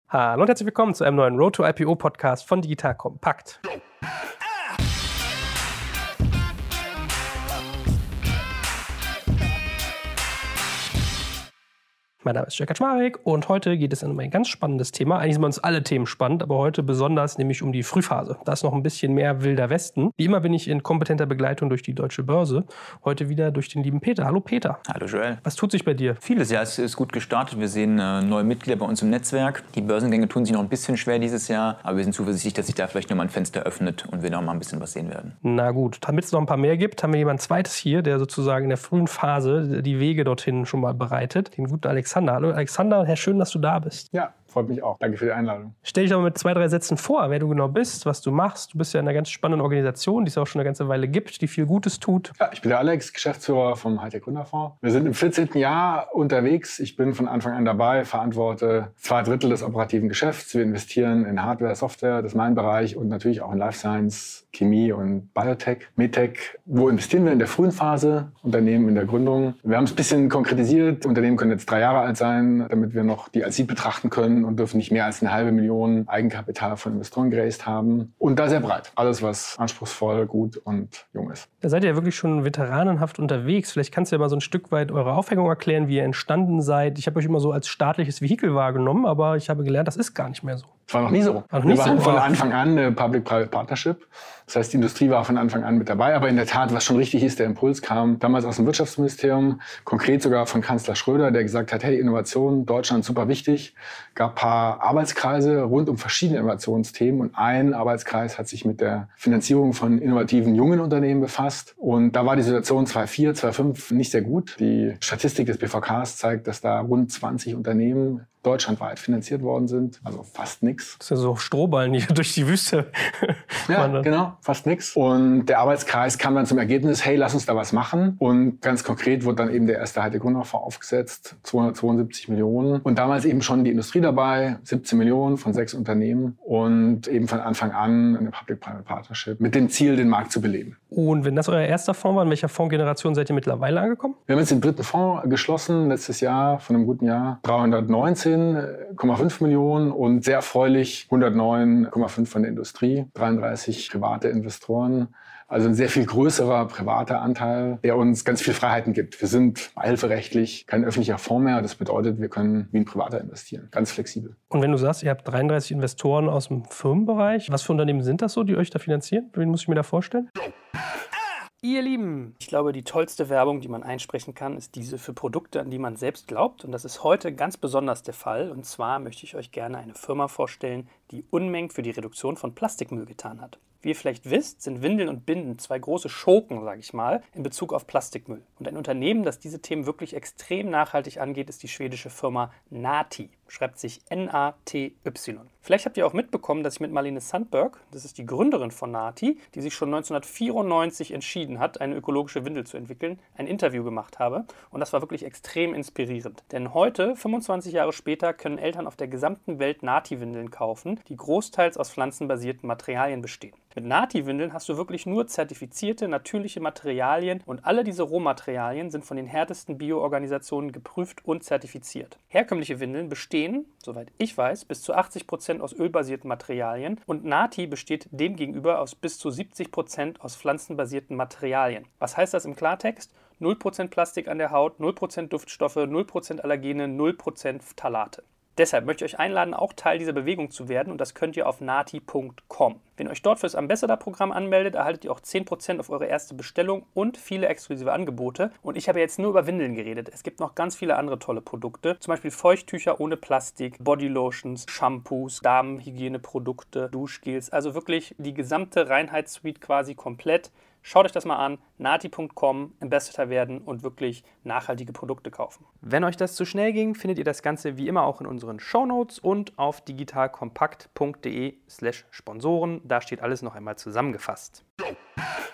Hallo und herzlich willkommen zu einem neuen Road to IPO Podcast von Digital Compact. Mein Name ist Jörg Kaczmarek und heute geht es um ein ganz spannendes Thema. Eigentlich sind bei uns alle Themen spannend, aber heute besonders nämlich um die Frühphase. Da ist noch ein bisschen mehr wilder Westen. Wie immer bin ich in kompetenter Begleitung durch die Deutsche Börse. Heute wieder durch den lieben Peter. Hallo Peter. Hallo Joel. Was tut sich bei dir? Vieles, ja, es ist gut gestartet. Wir sehen neue Mitglieder bei uns im Netzwerk. Die Börsengänge tun sich noch ein bisschen schwer dieses Jahr, aber wir sind zuversichtlich, dass sich da vielleicht nochmal ein Fenster öffnet und wir noch mal ein bisschen was sehen werden. Na gut, damit es noch ein paar mehr gibt, haben wir jemand zweites hier, der sozusagen in der frühen Phase die Wege dorthin schon mal bereitet. Den guten Alexander. Hallo Alexander, Herr, schön, dass du da bist. Ja, freut mich auch. Danke für die Einladung. Stell dich doch mal mit 2, 3 Sätzen vor, wer du genau bist, was du machst. Du bist ja in einer ganz spannenden Organisation, die es auch schon eine ganze Weile gibt, die viel Gutes tut. Ja, ich bin der Alex, Geschäftsführer vom Hightech Gründerfonds. Wir sind im 14. Jahr unterwegs. Ich bin von Anfang an dabei, verantworte 2/3 des operativen Geschäfts. Wir investieren in Hardware, Software, das ist mein Bereich, und natürlich auch in Life Science, Chemie und Biotech, Medtech. Wo investieren wir? In der frühen Phase, Unternehmen in der Gründung. Wir haben es ein bisschen konkretisiert. Unternehmen können jetzt 3 Jahre alt sein, damit wir noch die als Seed betrachten können und dürfen nicht mehr als 500.000 Eigenkapital von Investoren geraced haben. Und da sehr breit. Alles, was anspruchsvoll, gut und jung ist. Da seid ihr ja wirklich schon veteranenhaft unterwegs. Vielleicht kannst du ja mal so ein Stück weit eure Aufhängung erklären, wie ihr entstanden seid. Ich habe euch immer so als staatliches Vehikel wahrgenommen, aber ich habe gelernt, das ist gar nicht mehr so. Das war noch nie so. Wir waren von Anfang an eine Public-Private Partnership. Das heißt, die Industrie war von Anfang an mit dabei. Aber in der Tat, was schon richtig ist, der Impuls kam damals aus dem Wirtschaftsministerium, konkret sogar von Kanzler Schröder, der gesagt hat, hey, Innovation, Deutschland super wichtig. Gab ein paar Arbeitskreise rund um verschiedene Innovationsthemen. Und ein Arbeitskreis hat sich mit der Finanzierung von innovativen jungen Unternehmen befasst. Und da war die Situation 2004, 2005 nicht sehr gut. Die Statistik des BVKs zeigt, dass da rund 20 Unternehmen deutschlandweit finanziert worden sind, also fast nichts. Das ist ja so Strohballen, die durch die Wüste Ja, genau, fast nichts. Und der Arbeitskreis kam dann zum Ergebnis, hey, lass uns da was machen. Und ganz konkret wurde dann eben der erste Hightech Gründerfonds aufgesetzt, 272 Millionen. Und damals eben schon die Industrie dabei, 17 Millionen von 6 Unternehmen und eben von Anfang an eine Public-Private Partnership mit dem Ziel, den Markt zu beleben. Und wenn das euer erster Fonds war, in welcher Fondsgeneration seid ihr mittlerweile angekommen? Wir haben jetzt den 3. Fonds geschlossen, letztes Jahr, von einem guten Jahr, 319,5 Millionen und sehr erfreulich 109,5 von der Industrie, 33 private Investoren. Also ein sehr viel größerer privater Anteil, der uns ganz viel Freiheiten gibt. Wir sind beihilferechtlich kein öffentlicher Fonds mehr. Das bedeutet, wir können wie ein Privater investieren. Ganz flexibel. Und wenn du sagst, ihr habt 33 Investoren aus dem Firmenbereich, was für Unternehmen sind das so, die euch da finanzieren? Wen muss ich mir da vorstellen? Ihr Lieben, ich glaube, die tollste Werbung, die man einsprechen kann, ist diese für Produkte, an die man selbst glaubt. Und das ist heute ganz besonders der Fall. Und zwar möchte ich euch gerne eine Firma vorstellen, die Unmengen für die Reduktion von Plastikmüll getan hat. Wie ihr vielleicht wisst, sind Windeln und Binden 2 große Schurken, sage ich mal, in Bezug auf Plastikmüll. Und ein Unternehmen, das diese Themen wirklich extrem nachhaltig angeht, ist die schwedische Firma Nati. Schreibt sich N-A-T-Y. Vielleicht habt ihr auch mitbekommen, dass ich mit Marlene Sandberg, das ist die Gründerin von Nati, die sich schon 1994 entschieden hat, eine ökologische Windel zu entwickeln, ein Interview gemacht habe. Und das war wirklich extrem inspirierend. Denn heute, 25 Jahre später, können Eltern auf der gesamten Welt Nati-Windeln kaufen, die großteils aus pflanzenbasierten Materialien bestehen. Mit Nati-Windeln hast du wirklich nur zertifizierte, natürliche Materialien und alle diese Rohmaterialien sind von den härtesten Bio-Organisationen geprüft und zertifiziert. Herkömmliche Windeln bestehen, soweit ich weiß, bis zu 80% aus ölbasierten Materialien und Nati besteht demgegenüber aus bis zu 70% aus pflanzenbasierten Materialien. Was heißt das im Klartext? 0% Plastik an der Haut, 0% Duftstoffe, 0% Allergene, 0% Phthalate. Deshalb möchte ich euch einladen, auch Teil dieser Bewegung zu werden und das könnt ihr auf nati.com. Wenn ihr euch dort fürs Ambassador-Programm anmeldet, erhaltet ihr auch 10% auf eure erste Bestellung und viele exklusive Angebote. Und ich habe jetzt nur über Windeln geredet. Es gibt noch ganz viele andere tolle Produkte, zum Beispiel Feuchttücher ohne Plastik, Bodylotions, Shampoos, Damenhygieneprodukte, Duschgels, also wirklich die gesamte Reinheitssuite quasi komplett. Schaut euch das mal an, nati.com, Ambassador werden und wirklich nachhaltige Produkte kaufen. Wenn euch das zu schnell ging, findet ihr das Ganze wie immer auch in unseren Shownotes und auf digitalkompakt.de/Sponsoren. Da steht alles noch einmal zusammengefasst.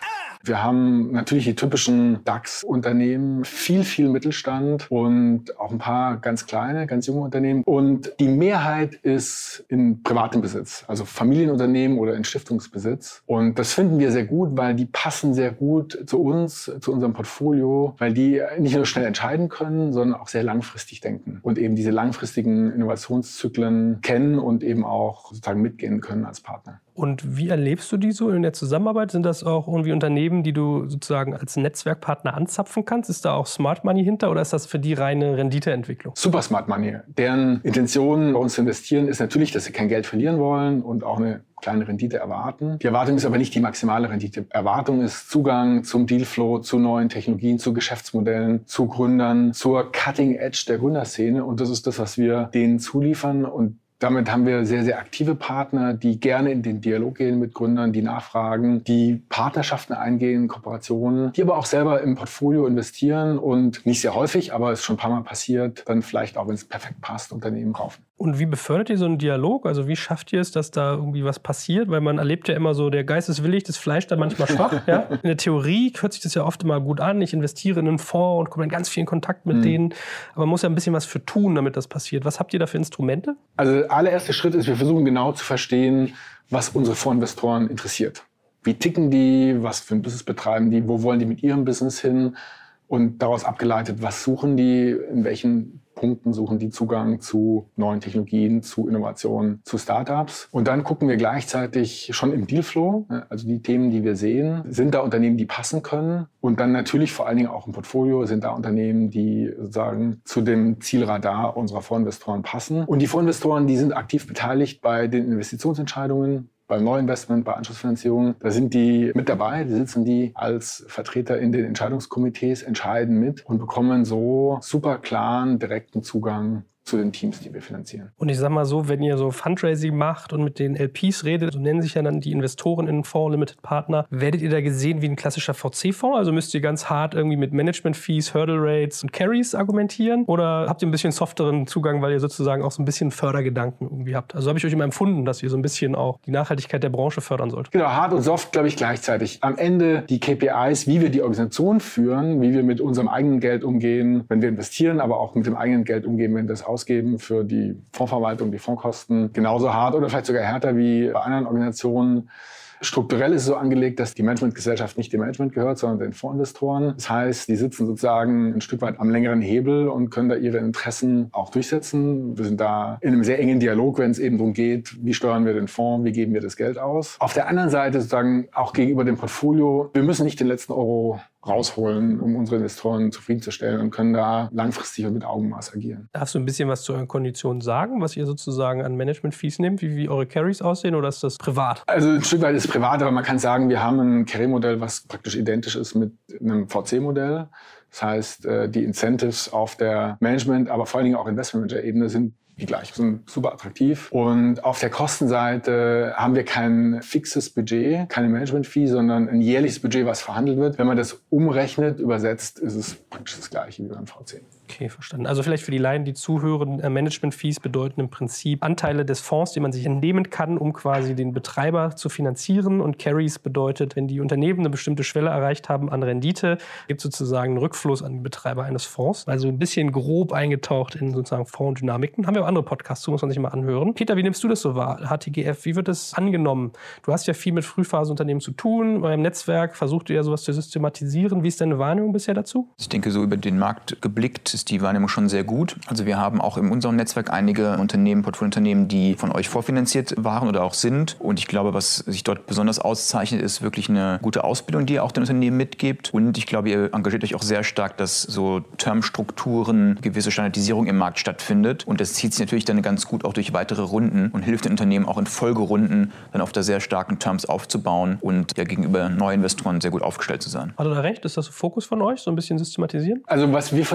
Wir haben natürlich die typischen DAX-Unternehmen, viel Mittelstand und auch ein paar ganz kleine, ganz junge Unternehmen. Und die Mehrheit ist in privatem Besitz, also Familienunternehmen oder in Stiftungsbesitz. Und das finden wir sehr gut, weil die passen sehr gut zu uns, zu unserem Portfolio, weil die nicht nur schnell entscheiden können, sondern auch sehr langfristig denken und eben diese langfristigen Innovationszyklen kennen und eben auch sozusagen mitgehen können als Partner. Und wie erlebst du die so in der Zusammenarbeit? Sind das auch irgendwie Unternehmen, die du sozusagen als Netzwerkpartner anzapfen kannst? Ist da auch Smart Money hinter oder ist das für die reine Renditeentwicklung? Super Smart Money. Deren Intention bei uns zu investieren ist natürlich, dass sie kein Geld verlieren wollen und auch eine kleine Rendite erwarten. Die Erwartung ist aber nicht die maximale Rendite. Erwartung ist Zugang zum Dealflow, zu neuen Technologien, zu Geschäftsmodellen, zu Gründern, zur Cutting Edge der Gründerszene. Und das ist das, was wir denen zuliefern. Und damit haben wir sehr, sehr aktive Partner, die gerne in den Dialog gehen mit Gründern, die nachfragen, die Partnerschaften eingehen, Kooperationen, die aber auch selber im Portfolio investieren und nicht sehr häufig, aber es ist schon ein paar Mal passiert, dann vielleicht auch, wenn es perfekt passt, Unternehmen kaufen. Und wie befördert ihr so einen Dialog? Also wie schafft ihr es, dass da irgendwie was passiert? Weil man erlebt ja immer so, der Geist ist willig, das Fleisch dann manchmal schwach. Ja? In der Theorie hört sich das ja oft immer gut an. Ich investiere in einen Fonds und komme in ganz viel Kontakt mit denen. Aber man muss ja ein bisschen was für tun, damit das passiert. Was habt ihr da für Instrumente? Also der allererste Schritt ist, wir versuchen genau zu verstehen, was unsere Fondsinvestoren interessiert. Wie ticken die? Was für ein Business betreiben die? Wo wollen die mit ihrem Business hin? Und daraus abgeleitet, was suchen die? In welchen Punkten suchen die Zugang zu neuen Technologien, zu Innovationen, zu Startups. Und dann gucken wir gleichzeitig schon im Dealflow, also die Themen, die wir sehen, sind da Unternehmen, die passen können. Und dann natürlich vor allen Dingen auch im Portfolio sind da Unternehmen, die sozusagen zu dem Zielradar unserer Fondsinvestoren passen. Und die Fondsinvestoren, die sind aktiv beteiligt bei den Investitionsentscheidungen, beim Neuinvestment, bei Anschlussfinanzierung, da sind die mit dabei, da sitzen die als Vertreter in den Entscheidungskomitees, entscheiden mit und bekommen so super klaren, direkten Zugang zu den Teams, die wir finanzieren. Und ich sag mal so, wenn ihr so Fundraising macht und mit den LPs redet, so nennen sich ja dann die Investoren in Fonds Limited Partner, werdet ihr da gesehen wie ein klassischer VC-Fonds? Also müsst ihr ganz hart irgendwie mit Management-Fees, Hurdle Rates und Carries argumentieren? Oder habt ihr ein bisschen softeren Zugang, weil ihr sozusagen auch so ein bisschen Fördergedanken irgendwie habt? Also habe ich euch immer empfunden, dass ihr so ein bisschen auch die Nachhaltigkeit der Branche fördern sollt. Genau, hart und soft, glaube ich, gleichzeitig. Am Ende die KPIs, wie wir die Organisation führen, wie wir mit unserem eigenen Geld umgehen, wenn wir investieren, aber auch mit dem eigenen Geld umgehen, wenn wir das ausgeben für die Fondsverwaltung, die Fondskosten, genauso hart oder vielleicht sogar härter wie bei anderen Organisationen. Strukturell ist es so angelegt, dass die Managementgesellschaft nicht dem Management gehört, sondern den Fondsinvestoren. Das heißt, die sitzen sozusagen ein Stück weit am längeren Hebel und können da ihre Interessen auch durchsetzen. Wir sind da in einem sehr engen Dialog, wenn es eben darum geht, wie steuern wir den Fonds, wie geben wir das Geld aus. Auf der anderen Seite sozusagen auch gegenüber dem Portfolio, wir müssen nicht den letzten Euro rausholen, um unsere Investoren zufriedenzustellen und können da langfristig und mit Augenmaß agieren. Darfst du ein bisschen was zu euren Konditionen sagen, was ihr sozusagen an Management-Fees nehmt, wie eure Carries aussehen, oder ist das privat? Also ein Stück weit ist es privat, aber man kann sagen, wir haben ein Carry-Modell, was praktisch identisch ist mit einem VC-Modell. Das heißt, die Incentives auf der Management, aber vor allen Dingen auch Investment-Manager-Ebene sind die gleich, sind super attraktiv. Und auf der Kostenseite haben wir kein fixes Budget, keine Management-Fee, sondern ein jährliches Budget, was verhandelt wird. Wenn man das umrechnet, übersetzt, ist es praktisch das Gleiche wie beim VC. Okay, verstanden. Also vielleicht für die Laien, die zuhören, Management-Fees bedeuten im Prinzip Anteile des Fonds, die man sich entnehmen kann, um quasi den Betreiber zu finanzieren. Und Carries bedeutet, wenn die Unternehmen eine bestimmte Schwelle erreicht haben an Rendite, gibt es sozusagen einen Rückfluss an den Betreiber eines Fonds. Also ein bisschen grob eingetaucht in sozusagen Fondsdynamiken. Haben wir auch andere Podcasts zu, muss man sich mal anhören. Peter, wie nimmst du das so wahr? HTGF, wie wird das angenommen? Du hast ja viel mit Frühphaseunternehmen zu tun. In eurem Netzwerk versucht ihr ja sowas zu systematisieren. Wie ist deine Wahrnehmung bisher dazu? Ich denke, so über den Markt geblickt ist die Wahrnehmung schon sehr gut. Also wir haben auch in unserem Netzwerk einige Unternehmen, Portfoliounternehmen, die von euch vorfinanziert waren oder auch sind. Und ich glaube, was sich dort besonders auszeichnet, ist wirklich eine gute Ausbildung, die ihr auch den Unternehmen mitgebt. Und ich glaube, ihr engagiert euch auch sehr stark, dass so Termstrukturen, gewisse Standardisierung im Markt stattfindet. Und das zieht sich natürlich dann ganz gut auch durch weitere Runden und hilft den Unternehmen auch in Folgerunden dann auf der sehr starken Terms aufzubauen und ja gegenüber neuen Investoren sehr gut aufgestellt zu sein. Hat er da recht? Ist das so Fokus von euch, so ein bisschen systematisieren? Also was wir versuchen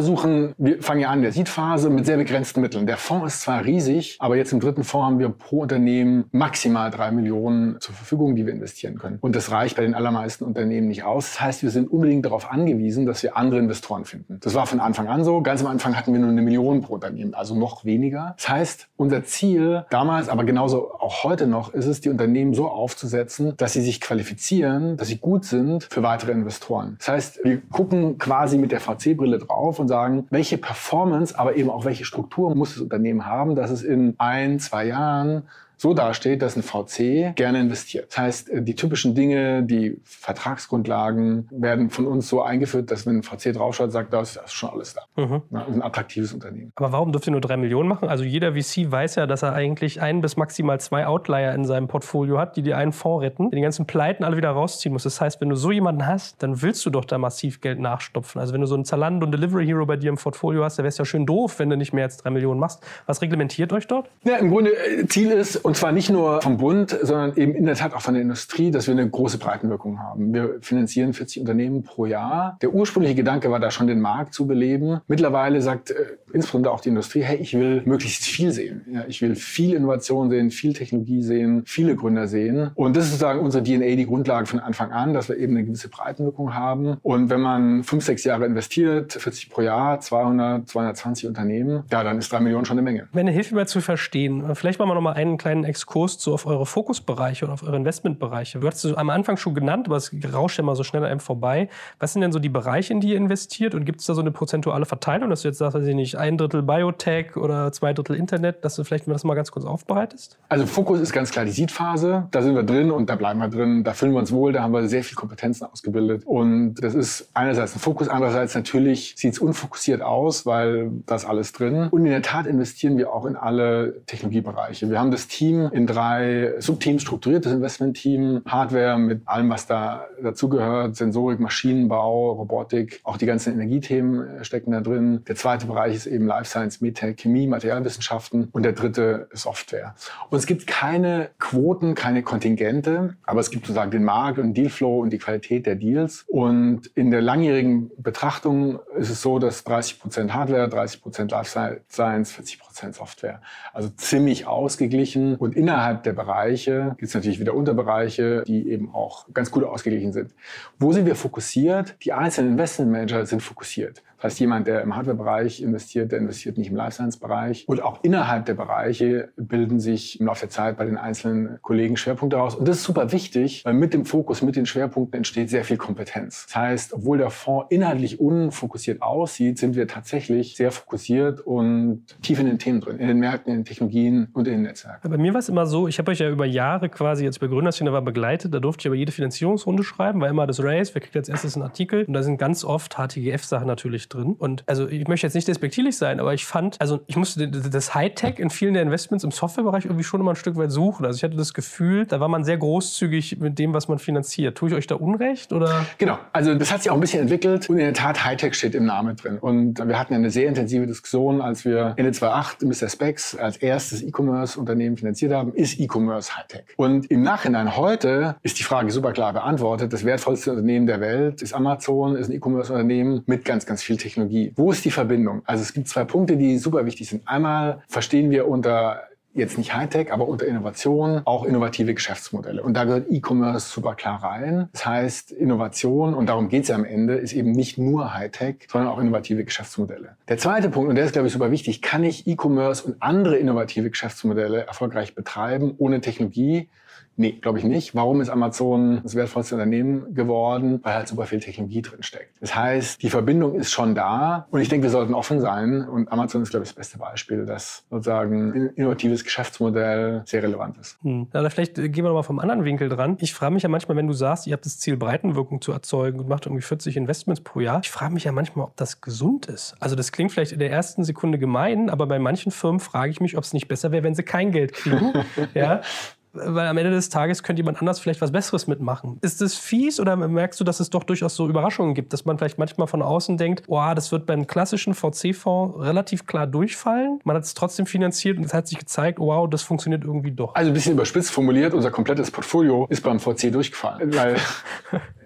Denn wir fangen ja an der Seed-Phase mit sehr begrenzten Mitteln. Der Fonds ist zwar riesig, aber jetzt im dritten Fonds haben wir pro Unternehmen maximal 3 Millionen zur Verfügung, die wir investieren können. Und das reicht bei den allermeisten Unternehmen nicht aus. Das heißt, wir sind unbedingt darauf angewiesen, dass wir andere Investoren finden. Das war von Anfang an so. Ganz am Anfang hatten wir nur 1 Million pro Unternehmen, also noch weniger. Das heißt, unser Ziel damals, aber genauso auch heute noch, ist es, die Unternehmen so aufzusetzen, dass sie sich qualifizieren, dass sie gut sind für weitere Investoren. Das heißt, wir gucken quasi mit der VC-Brille drauf und sagen, welche Performance, aber eben auch welche Struktur muss das Unternehmen haben, dass es in 1, 2 Jahren so dasteht, dass ein VC gerne investiert. Das heißt, die typischen Dinge, die Vertragsgrundlagen werden von uns so eingeführt, dass wenn ein VC draufschaut, sagt, da ist schon alles da. Mhm. Ja, ein attraktives Unternehmen. Aber warum dürft ihr nur 3 Millionen machen? Also jeder VC weiß ja, dass er eigentlich 1 bis maximal 2 Outlier in seinem Portfolio hat, die dir einen Fonds retten, die ganzen Pleiten alle wieder rausziehen muss. Das heißt, wenn du so jemanden hast, dann willst du doch da massiv Geld nachstopfen. Also wenn du so einen Zalando und Delivery Hero bei dir im Portfolio hast, dann wäre es ja schön doof, wenn du nicht mehr als 3 Millionen machst. Was reglementiert euch dort? Ja, im Grunde Ziel ist, und zwar nicht nur vom Bund, sondern eben in der Tat auch von der Industrie, dass wir eine große Breitenwirkung haben. Wir finanzieren 40 Unternehmen pro Jahr. Der ursprüngliche Gedanke war da schon, den Markt zu beleben. Mittlerweile sagt insbesondere auch die Industrie, hey, ich will möglichst viel sehen. Ja, ich will viel Innovation sehen, viel Technologie sehen, viele Gründer sehen. Und das ist sozusagen unsere DNA, die Grundlage von Anfang an, dass wir eben eine gewisse Breitenwirkung haben. Und wenn man 5, 6 Jahre investiert, 40 pro Jahr, 200, 220 Unternehmen, ja, dann ist 3 Millionen schon eine Menge. Meine Hilfe mal zu verstehen. Vielleicht machen wir noch mal einen kleinen Exkurs so auf eure Fokusbereiche und auf eure Investmentbereiche. Du hast es am Anfang schon genannt, aber es rauscht ja mal so schnell an einem vorbei. Was sind denn so die Bereiche, in die ihr investiert? Und gibt es da so eine prozentuale Verteilung, dass du jetzt sagst, weiß ich nicht, 1/3 Biotech oder 2/3 Internet, dass du vielleicht das mal ganz kurz aufbereitest? Also Fokus ist ganz klar die Seed-Phase. Da sind wir drin und da bleiben wir drin. Da fühlen wir uns wohl, da haben wir sehr viel Kompetenzen ausgebildet. Und das ist einerseits ein Fokus, andererseits natürlich sieht es unfokussiert aus, weil da ist alles drin. Und in der Tat investieren wir auch in alle Technologiebereiche. Wir haben das Team in 3 Subteams strukturiert, das Investment-Team, Hardware mit allem, was da dazugehört, Sensorik, Maschinenbau, Robotik, auch die ganzen Energiethemen stecken da drin. Der zweite Bereich ist eben Life Science, Medtech, Chemie, Materialwissenschaften und der dritte Software. Und es gibt keine Quoten, keine Kontingente, aber es gibt sozusagen den Markt und den Dealflow und die Qualität der Deals. Und in der langjährigen Betrachtung ist es so, dass 30% Hardware, 30% Life Science, 40% Software. Also ziemlich ausgeglichen. Und innerhalb der Bereiche gibt es natürlich wieder Unterbereiche, die eben auch ganz gut ausgeglichen sind. Wo sind wir fokussiert? Die einzelnen Investmentmanager sind fokussiert. Das heißt, jemand, der im Hardware-Bereich investiert, der investiert nicht im Life-Science-Bereich. Und auch innerhalb der Bereiche bilden sich im Laufe der Zeit bei den einzelnen Kollegen Schwerpunkte aus. Und das ist super wichtig, weil mit dem Fokus, mit den Schwerpunkten entsteht sehr viel Kompetenz. Das heißt, obwohl der Fonds inhaltlich unfokussiert aussieht, sind wir tatsächlich sehr fokussiert und tief in den Themen drin, in den Märkten, in den Technologien und in den Netzwerken. Bei mir war es immer so, ich habe euch ja über Jahre quasi, als ich bei Gründerszene war, begleitet. Da durfte ich aber jede Finanzierungsrunde schreiben, war immer das Race, wer kriegt als erstes einen Artikel. Und da sind ganz oft HTGF-Sachen natürlich drin. Und also ich möchte jetzt nicht despektierlich sein, aber ich fand, also ich musste das Hightech in vielen der Investments im Softwarebereich irgendwie schon immer ein Stück weit suchen. Also ich hatte das Gefühl, da war man sehr großzügig mit dem, was man finanziert. Tue ich euch da Unrecht? Oder? Genau, also das hat sich auch ein bisschen entwickelt und in der Tat Hightech steht im Namen drin. Und wir hatten ja eine sehr intensive Diskussion, als wir Ende 2008 Mr. Spex als erstes E-Commerce-Unternehmen finanziert haben, ist E-Commerce Hightech? Und im Nachhinein heute ist die Frage super klar beantwortet. Das wertvollste Unternehmen der Welt ist Amazon, ist ein E-Commerce-Unternehmen mit ganz, ganz viel Technologie. Wo ist die Verbindung? Also es gibt 2 Punkte, die super wichtig sind. Einmal verstehen wir unter jetzt nicht Hightech, aber unter Innovation auch innovative Geschäftsmodelle. Und da gehört E-Commerce super klar rein. Das heißt, Innovation, und darum geht es ja am Ende, ist eben nicht nur Hightech, sondern auch innovative Geschäftsmodelle. Der zweite Punkt, und der ist, glaube ich, super wichtig, kann ich E-Commerce und andere innovative Geschäftsmodelle erfolgreich betreiben ohne Technologie? Nee, glaube ich nicht. Warum ist Amazon das wertvollste Unternehmen geworden? Weil halt super viel Technologie drin steckt. Das heißt, die Verbindung ist schon da und ich denke, wir sollten offen sein und Amazon ist, glaube ich, das beste Beispiel, dass sozusagen ein innovatives Geschäftsmodell sehr relevant ist. Oder vielleicht gehen wir noch mal vom anderen Winkel dran. Ich frage mich ja manchmal, wenn du sagst, ihr habt das Ziel, Breitenwirkung zu erzeugen und macht irgendwie 40 Investments pro Jahr. Ich frage mich ja manchmal, ob das gesund ist. Also das klingt vielleicht in der ersten Sekunde gemein, aber bei manchen Firmen frage ich mich, ob es nicht besser wäre, wenn sie kein Geld kriegen. Ja. Weil am Ende des Tages könnte jemand anders vielleicht was Besseres mitmachen. Ist das fies oder merkst du, dass es doch durchaus so Überraschungen gibt, dass man vielleicht manchmal von außen denkt, oh, das wird beim klassischen VC-Fonds relativ klar durchfallen. Man hat es trotzdem finanziert und es hat sich gezeigt, oh, wow, das funktioniert irgendwie doch. Also ein bisschen überspitzt formuliert, unser komplettes Portfolio ist beim VC durchgefallen. Weil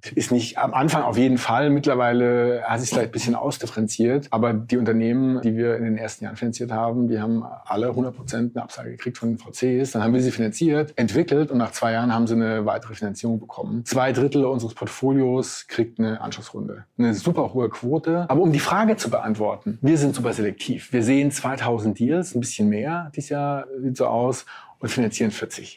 Ist nicht am Anfang auf jeden Fall. Mittlerweile hat sich vielleicht ein bisschen ausdifferenziert. Aber die Unternehmen, die wir in den ersten Jahren finanziert haben, die haben alle 100% eine Absage gekriegt von den VCs. Dann haben wir sie finanziert, entwickelt und nach 2 Jahren haben sie eine weitere Finanzierung bekommen. 2/3 unseres Portfolios kriegt eine Anschlussrunde. Eine super hohe Quote. Aber um die Frage zu beantworten, wir sind super selektiv. Wir sehen 2000 Deals, ein bisschen mehr dieses Jahr sieht so aus, und finanzieren 40.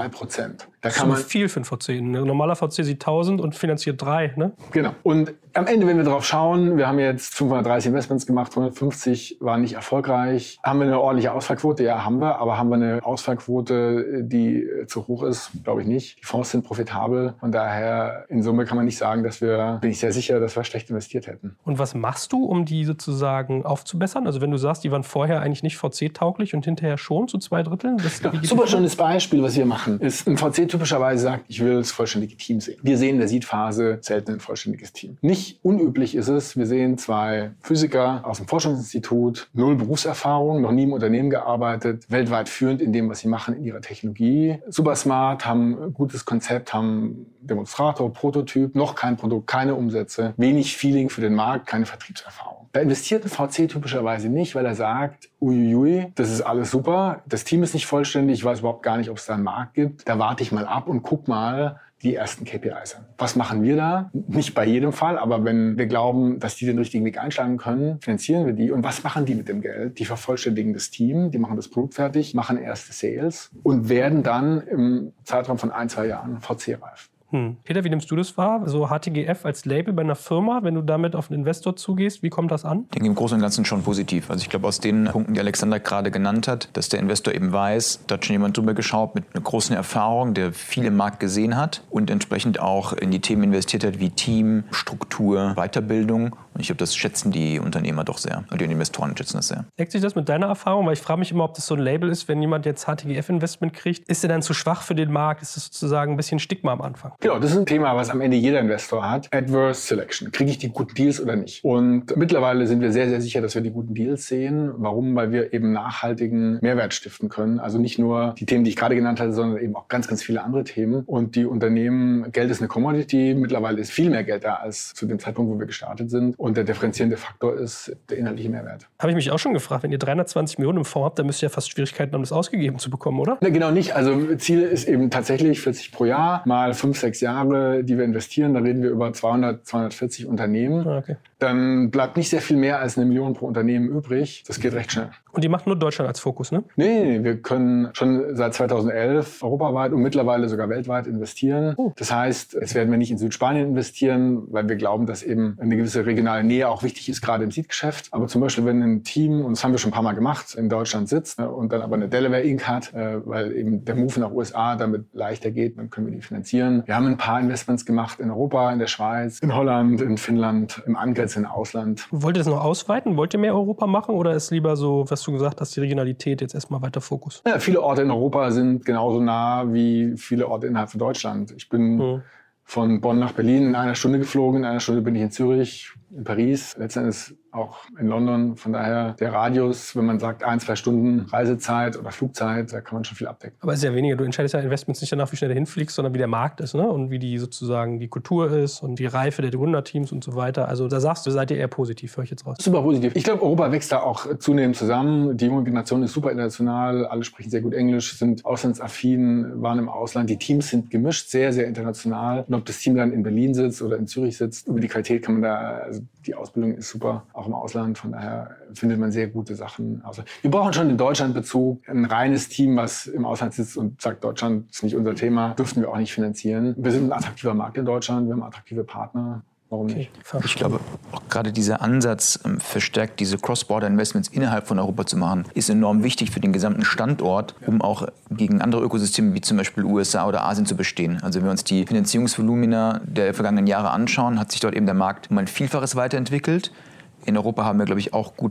2%. Da kann man viel für einen VC. Ein normaler VC sieht 1000 und finanziert 3, ne? Genau. Und am Ende, wenn wir drauf schauen, wir haben jetzt 530 Investments gemacht, 150 waren nicht erfolgreich. Haben wir eine ordentliche Ausfallquote? Ja, haben wir. Aber haben wir eine Ausfallquote, die zu hoch ist? Glaube ich nicht. Die Fonds sind profitabel. Und daher, in Summe kann man nicht sagen, bin ich sehr sicher, dass wir schlecht investiert hätten. Und was machst du, um die sozusagen aufzubessern? Also wenn du sagst, die waren vorher eigentlich nicht VC-tauglich und hinterher schon zu 2/3? Super schönes Beispiel, was wir machen, ist, ein VC typischerweise sagt, ich will das vollständige Team sehen. Wir sehen in der Seed-Phase selten ein vollständiges Team. Nicht unüblich ist es, wir sehen 2 Physiker aus dem Forschungsinstitut, 0 Berufserfahrung, noch nie im Unternehmen gearbeitet, weltweit führend in dem, was sie machen, in ihrer Technologie. Super smart, haben ein gutes Konzept, haben Demonstrator, Prototyp, noch kein Produkt, keine Umsätze, wenig Feeling für den Markt, keine Vertriebserfahrung. Da investiert ein VC typischerweise nicht, weil er sagt, uiuiui, das ist alles super, das Team ist nicht vollständig, ich weiß überhaupt gar nicht, ob es da einen Markt gibt. Da warte ich mal ab und guck mal die ersten KPIs an. Was machen wir da? Nicht bei jedem Fall, aber wenn wir glauben, dass die den richtigen Weg einschlagen können, finanzieren wir die. Und was machen die mit dem Geld? Die vervollständigen das Team, die machen das Produkt fertig, machen erste Sales und werden dann im Zeitraum von 1-2 Jahren VC-reif. Peter, wie nimmst du das wahr? So HTGF als Label bei einer Firma, wenn du damit auf einen Investor zugehst, wie kommt das an? Ich denke im Großen und Ganzen schon positiv. Also ich glaube aus den Punkten, die Alexander gerade genannt hat, dass der Investor eben weiß, da hat schon jemand drüber geschaut mit einer großen Erfahrung, der viel im Markt gesehen hat und entsprechend auch in die Themen investiert hat wie Team, Struktur, Weiterbildung. Und ich glaube, das schätzen die Unternehmer doch sehr. Und die Investoren schätzen das sehr. Deckt sich das mit deiner Erfahrung? Weil ich frage mich immer, ob das so ein Label ist, wenn jemand jetzt HTGF-Investment kriegt. Ist der dann zu schwach für den Markt? Ist das sozusagen ein bisschen Stigma am Anfang? Genau, das ist ein Thema, was am Ende jeder Investor hat. Adverse Selection. Kriege ich die guten Deals oder nicht? Und mittlerweile sind wir sehr, sehr sicher, dass wir die guten Deals sehen. Warum? Weil wir eben nachhaltigen Mehrwert stiften können. Also nicht nur die Themen, die ich gerade genannt hatte, sondern eben auch ganz, ganz viele andere Themen. Und die Unternehmen, Geld ist eine Commodity. Mittlerweile ist viel mehr Geld da als zu dem Zeitpunkt, wo wir gestartet sind. Und der differenzierende Faktor ist der inhaltliche Mehrwert. Habe ich mich auch schon gefragt, wenn ihr 320 Millionen im Fonds habt, dann müsst ihr ja fast Schwierigkeiten haben, das ausgegeben zu bekommen, oder? Ne, genau nicht. Also Ziel ist eben tatsächlich 40 pro Jahr, mal 5-6 Jahre, die wir investieren. Da reden wir über 200, 240 Unternehmen. Okay. Dann bleibt nicht sehr viel mehr als 1 Million pro Unternehmen übrig. Das geht recht schnell. Und die macht nur Deutschland als Fokus, ne? Nee, wir können schon seit 2011 europaweit und mittlerweile sogar weltweit investieren. Das heißt, jetzt werden wir nicht in Südspanien investieren, weil wir glauben, dass eben eine gewisse regionale Nähe auch wichtig ist, gerade im Seed-Geschäft. Aber zum Beispiel, wenn ein Team, und das haben wir schon ein paar Mal gemacht, in Deutschland sitzt und dann aber eine Delaware Inc. hat, weil eben der Move nach USA damit leichter geht, dann können wir die finanzieren. Wir haben ein paar Investments gemacht in Europa, in der Schweiz, in Holland, in Finnland, im angrenzenden Ausland. Wollt ihr das noch ausweiten? Wollt ihr mehr Europa machen oder ist lieber so, was du gesagt hast, die Regionalität jetzt erstmal weiter Fokus? Ja, viele Orte in Europa sind genauso nah wie viele Orte innerhalb von Deutschland. Ich bin von Bonn nach Berlin in 1 Stunde geflogen, in 1 Stunde bin ich in Zürich, in Paris, letztendlich auch in London. Von daher der Radius, wenn man sagt 1-2 Stunden Reisezeit oder Flugzeit, da kann man schon viel abdecken. Aber es ist ja weniger, du entscheidest ja Investments nicht danach, wie schnell du hinfliegst, sondern wie der Markt ist, ne? Und wie die sozusagen die Kultur ist und die Reife der Gründerteams und so weiter. Also da sagst du, seid ihr eher positiv, höre ich jetzt raus. Super positiv. Ich glaube, Europa wächst da auch zunehmend zusammen. Die junge Generation ist super international, alle sprechen sehr gut Englisch, sind auslandsaffin, waren im Ausland. Die Teams sind gemischt, sehr, sehr international. Und ob das Team dann in Berlin sitzt oder in Zürich sitzt, über die Qualität kann man da, also die Ausbildung ist super, auch im Ausland. Von daher findet man sehr gute Sachen. Also wir brauchen schon den Deutschlandbezug. Ein reines Team, was im Ausland sitzt und sagt, Deutschland ist nicht unser Thema, dürften wir auch nicht finanzieren. Wir sind ein attraktiver Markt in Deutschland, wir haben attraktive Partner. Warum nicht? Ich glaube, auch gerade dieser Ansatz, verstärkt diese Cross-Border-Investments innerhalb von Europa zu machen, ist enorm wichtig für den gesamten Standort, um auch gegen andere Ökosysteme wie zum Beispiel USA oder Asien zu bestehen. Also wenn wir uns die Finanzierungsvolumina der vergangenen Jahre anschauen, hat sich dort eben der Markt um ein Vielfaches weiterentwickelt. In Europa haben wir, glaube ich, auch gut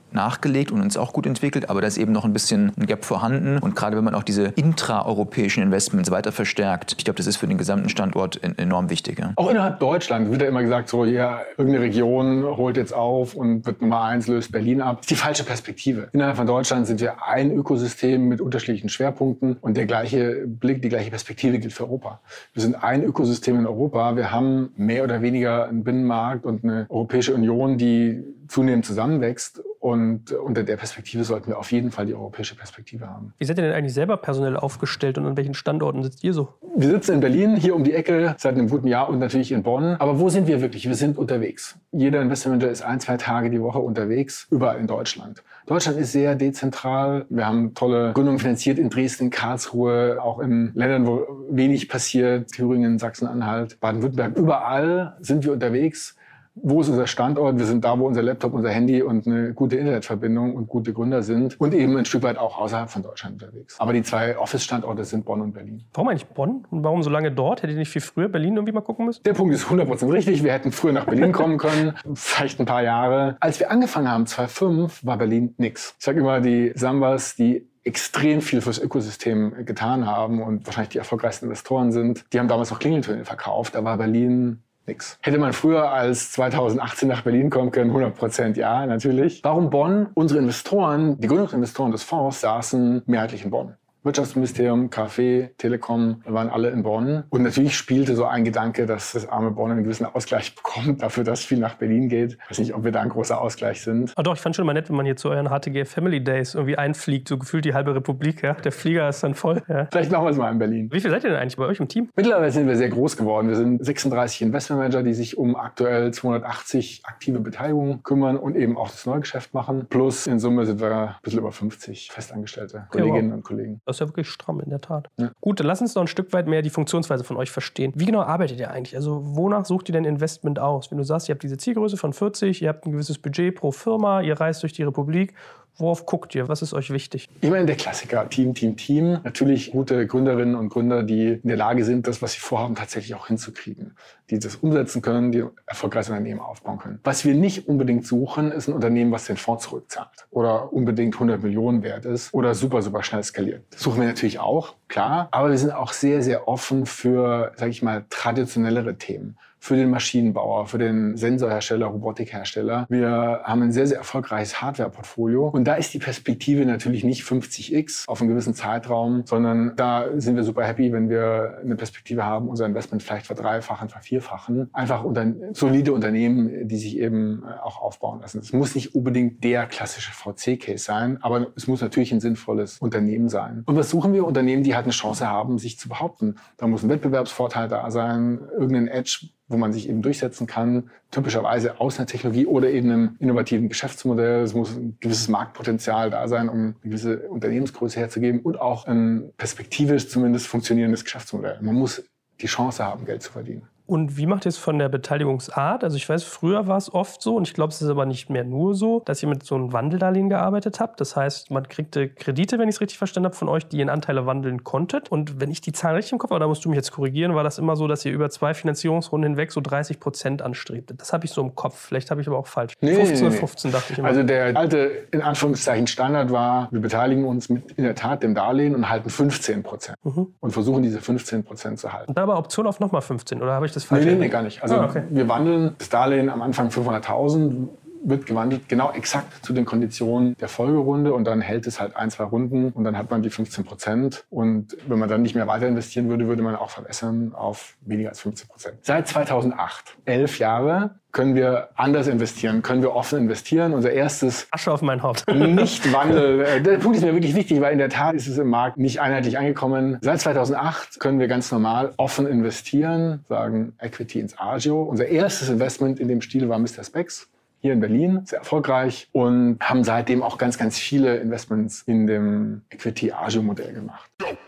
nachgelegt und uns auch gut entwickelt, aber da ist eben noch ein bisschen ein Gap vorhanden. Und gerade wenn man auch diese intraeuropäischen Investments weiter verstärkt, ich glaube, das ist für den gesamten Standort enorm wichtig. Ja. Auch innerhalb Deutschlands wird ja immer gesagt, so ja, irgendeine Region holt jetzt auf und wird Nummer 1, löst Berlin ab. Das ist die falsche Perspektive. Innerhalb von Deutschland sind wir ein Ökosystem mit unterschiedlichen Schwerpunkten und der gleiche Blick, die gleiche Perspektive gilt für Europa. Wir sind ein Ökosystem in Europa. Wir haben mehr oder weniger einen Binnenmarkt und eine Europäische Union, die zunehmend zusammenwächst. Und unter der Perspektive sollten wir auf jeden Fall die europäische Perspektive haben. Wie seid ihr denn eigentlich selber personell aufgestellt und an welchen Standorten sitzt ihr so? Wir sitzen in Berlin, hier um die Ecke, seit einem guten Jahr und natürlich in Bonn. Aber wo sind wir wirklich? Wir sind unterwegs. Jeder Investmentmanager ist 1-2 Tage die Woche unterwegs, überall in Deutschland. Deutschland ist sehr dezentral. Wir haben tolle Gründungen finanziert in Dresden, Karlsruhe, auch in Ländern, wo wenig passiert, Thüringen, Sachsen-Anhalt, Baden-Württemberg. Überall sind wir unterwegs. Wo ist unser Standort? Wir sind da, wo unser Laptop, unser Handy und eine gute Internetverbindung und gute Gründer sind und eben ein Stück weit auch außerhalb von Deutschland unterwegs. Aber die 2 Office-Standorte sind Bonn und Berlin. Warum eigentlich Bonn und warum so lange dort? Hättet ihr nicht viel früher Berlin irgendwie mal gucken müssen? Der Punkt ist 100% richtig. Wir hätten früher nach Berlin kommen können, vielleicht ein paar Jahre. Als wir angefangen haben, 2005, war Berlin nix. Ich sage immer, die Sambas, die extrem viel fürs Ökosystem getan haben und wahrscheinlich die erfolgreichsten Investoren sind, die haben damals noch Klingeltöne verkauft. Da war Berlin nix. Hätte man früher als 2018 nach Berlin kommen können? 100% ja, natürlich. Warum Bonn? Unsere Investoren, die Gründungsinvestoren des Fonds, saßen mehrheitlich in Bonn. Wirtschaftsministerium, KfW, Telekom, waren alle in Bonn. Und natürlich spielte so ein Gedanke, dass das arme Bonn einen gewissen Ausgleich bekommt dafür, dass viel nach Berlin geht. Ich weiß nicht, ob wir da ein großer Ausgleich sind. Ah doch, ich fand schon mal nett, wenn man hier zu euren HTG Family Days irgendwie einfliegt, so gefühlt die halbe Republik. Ja? Der Flieger ist dann voll. Ja. Vielleicht machen wir es mal in Berlin. Wie viel seid ihr denn eigentlich bei euch im Team? Mittlerweile sind wir sehr groß geworden. Wir sind 36 Investmentmanager, die sich um aktuell 280 aktive Beteiligungen kümmern und eben auch das Neugeschäft machen. Plus in Summe sind wir ein bisschen über 50 festangestellte Kolleginnen und Kollegen. Das ist ja wirklich stramm in der Tat. Ja. Gut, dann lass uns noch ein Stück weit mehr die Funktionsweise von euch verstehen. Wie genau arbeitet ihr eigentlich? Also wonach sucht ihr denn Investment aus? Wenn du sagst, ihr habt diese Zielgröße von 40, ihr habt ein gewisses Budget pro Firma, ihr reist durch die Republik. Worauf guckt ihr? Was ist euch wichtig? Ich meine, der Klassiker, Team. Natürlich gute Gründerinnen und Gründer, die in der Lage sind, das, was sie vorhaben, tatsächlich auch hinzukriegen. Die das umsetzen können, die erfolgreiches Unternehmen aufbauen können. Was wir nicht unbedingt suchen, ist ein Unternehmen, was den Fonds zurückzahlt oder unbedingt 100 Millionen wert ist oder super, super schnell skaliert. Das suchen wir natürlich auch, klar. Aber wir sind auch sehr, sehr offen für, sage ich mal, traditionellere Themen. Für den Maschinenbauer, für den Sensorhersteller, Robotikhersteller. Wir haben ein sehr, sehr erfolgreiches Hardware-Portfolio. Und da ist die Perspektive natürlich nicht 50x auf einen gewissen Zeitraum, sondern da sind wir super happy, wenn wir eine Perspektive haben, unser Investment vielleicht verdreifachen, vervierfachen. Einfach solide Unternehmen, die sich eben auch aufbauen lassen. Es muss nicht unbedingt der klassische VC-Case sein, aber es muss natürlich ein sinnvolles Unternehmen sein. Und was suchen wir? Unternehmen, die halt eine Chance haben, sich zu behaupten. Da muss ein Wettbewerbsvorteil da sein, irgendein Edge, wo man sich eben durchsetzen kann, typischerweise aus einer Technologie oder eben einem innovativen Geschäftsmodell. Es muss ein gewisses Marktpotenzial da sein, um eine gewisse Unternehmensgröße herzugeben und auch ein perspektivisch zumindest funktionierendes Geschäftsmodell. Man muss die Chance haben, Geld zu verdienen. Und wie macht ihr es von der Beteiligungsart? Also ich weiß, früher war es oft so, und ich glaube, es ist aber nicht mehr nur so, dass ihr mit so einem Wandeldarlehen gearbeitet habt. Das heißt, man kriegte Kredite, wenn ich es richtig verstanden habe, von euch, die ihr in Anteile wandeln konntet. Und wenn ich die Zahlen richtig im Kopf habe, da musst du mich jetzt korrigieren, war das immer so, dass ihr über 2 Finanzierungsrunden hinweg so 30% anstrebtet. Das habe ich so im Kopf. Vielleicht habe ich aber auch falsch. Nee, 15 oder 15 dachte ich immer. Also der alte, in Anführungszeichen, Standard war, wir beteiligen uns mit in der Tat dem Darlehen und halten 15%. Und versuchen diese 15% zu halten. Und da aber Option auf nochmal 15, oder habe ich das falsch? Nee, gar nicht. Also okay. Wir wandeln das Darlehen am Anfang 500.000, wird gewandelt genau exakt zu den Konditionen der Folgerunde und dann hält es halt 1-2 Runden und dann hat man die 15%. Und wenn man dann nicht mehr weiter investieren würde, würde man auch verbessern auf weniger als 15%. Seit 2008, 11 Jahre, können wir anders investieren, können wir offen investieren. Unser erstes Asche auf mein Haupt. Nicht-Wandel. Der Punkt ist mir wirklich wichtig, weil in der Tat ist es im Markt nicht einheitlich angekommen. Seit 2008 können wir ganz normal offen investieren, sagen Equity ins Agio. Unser erstes Investment in dem Stil war Mr. Spex. Hier in Berlin, sehr erfolgreich und haben seitdem auch ganz, ganz viele Investments in dem Equity-Agio-Modell gemacht.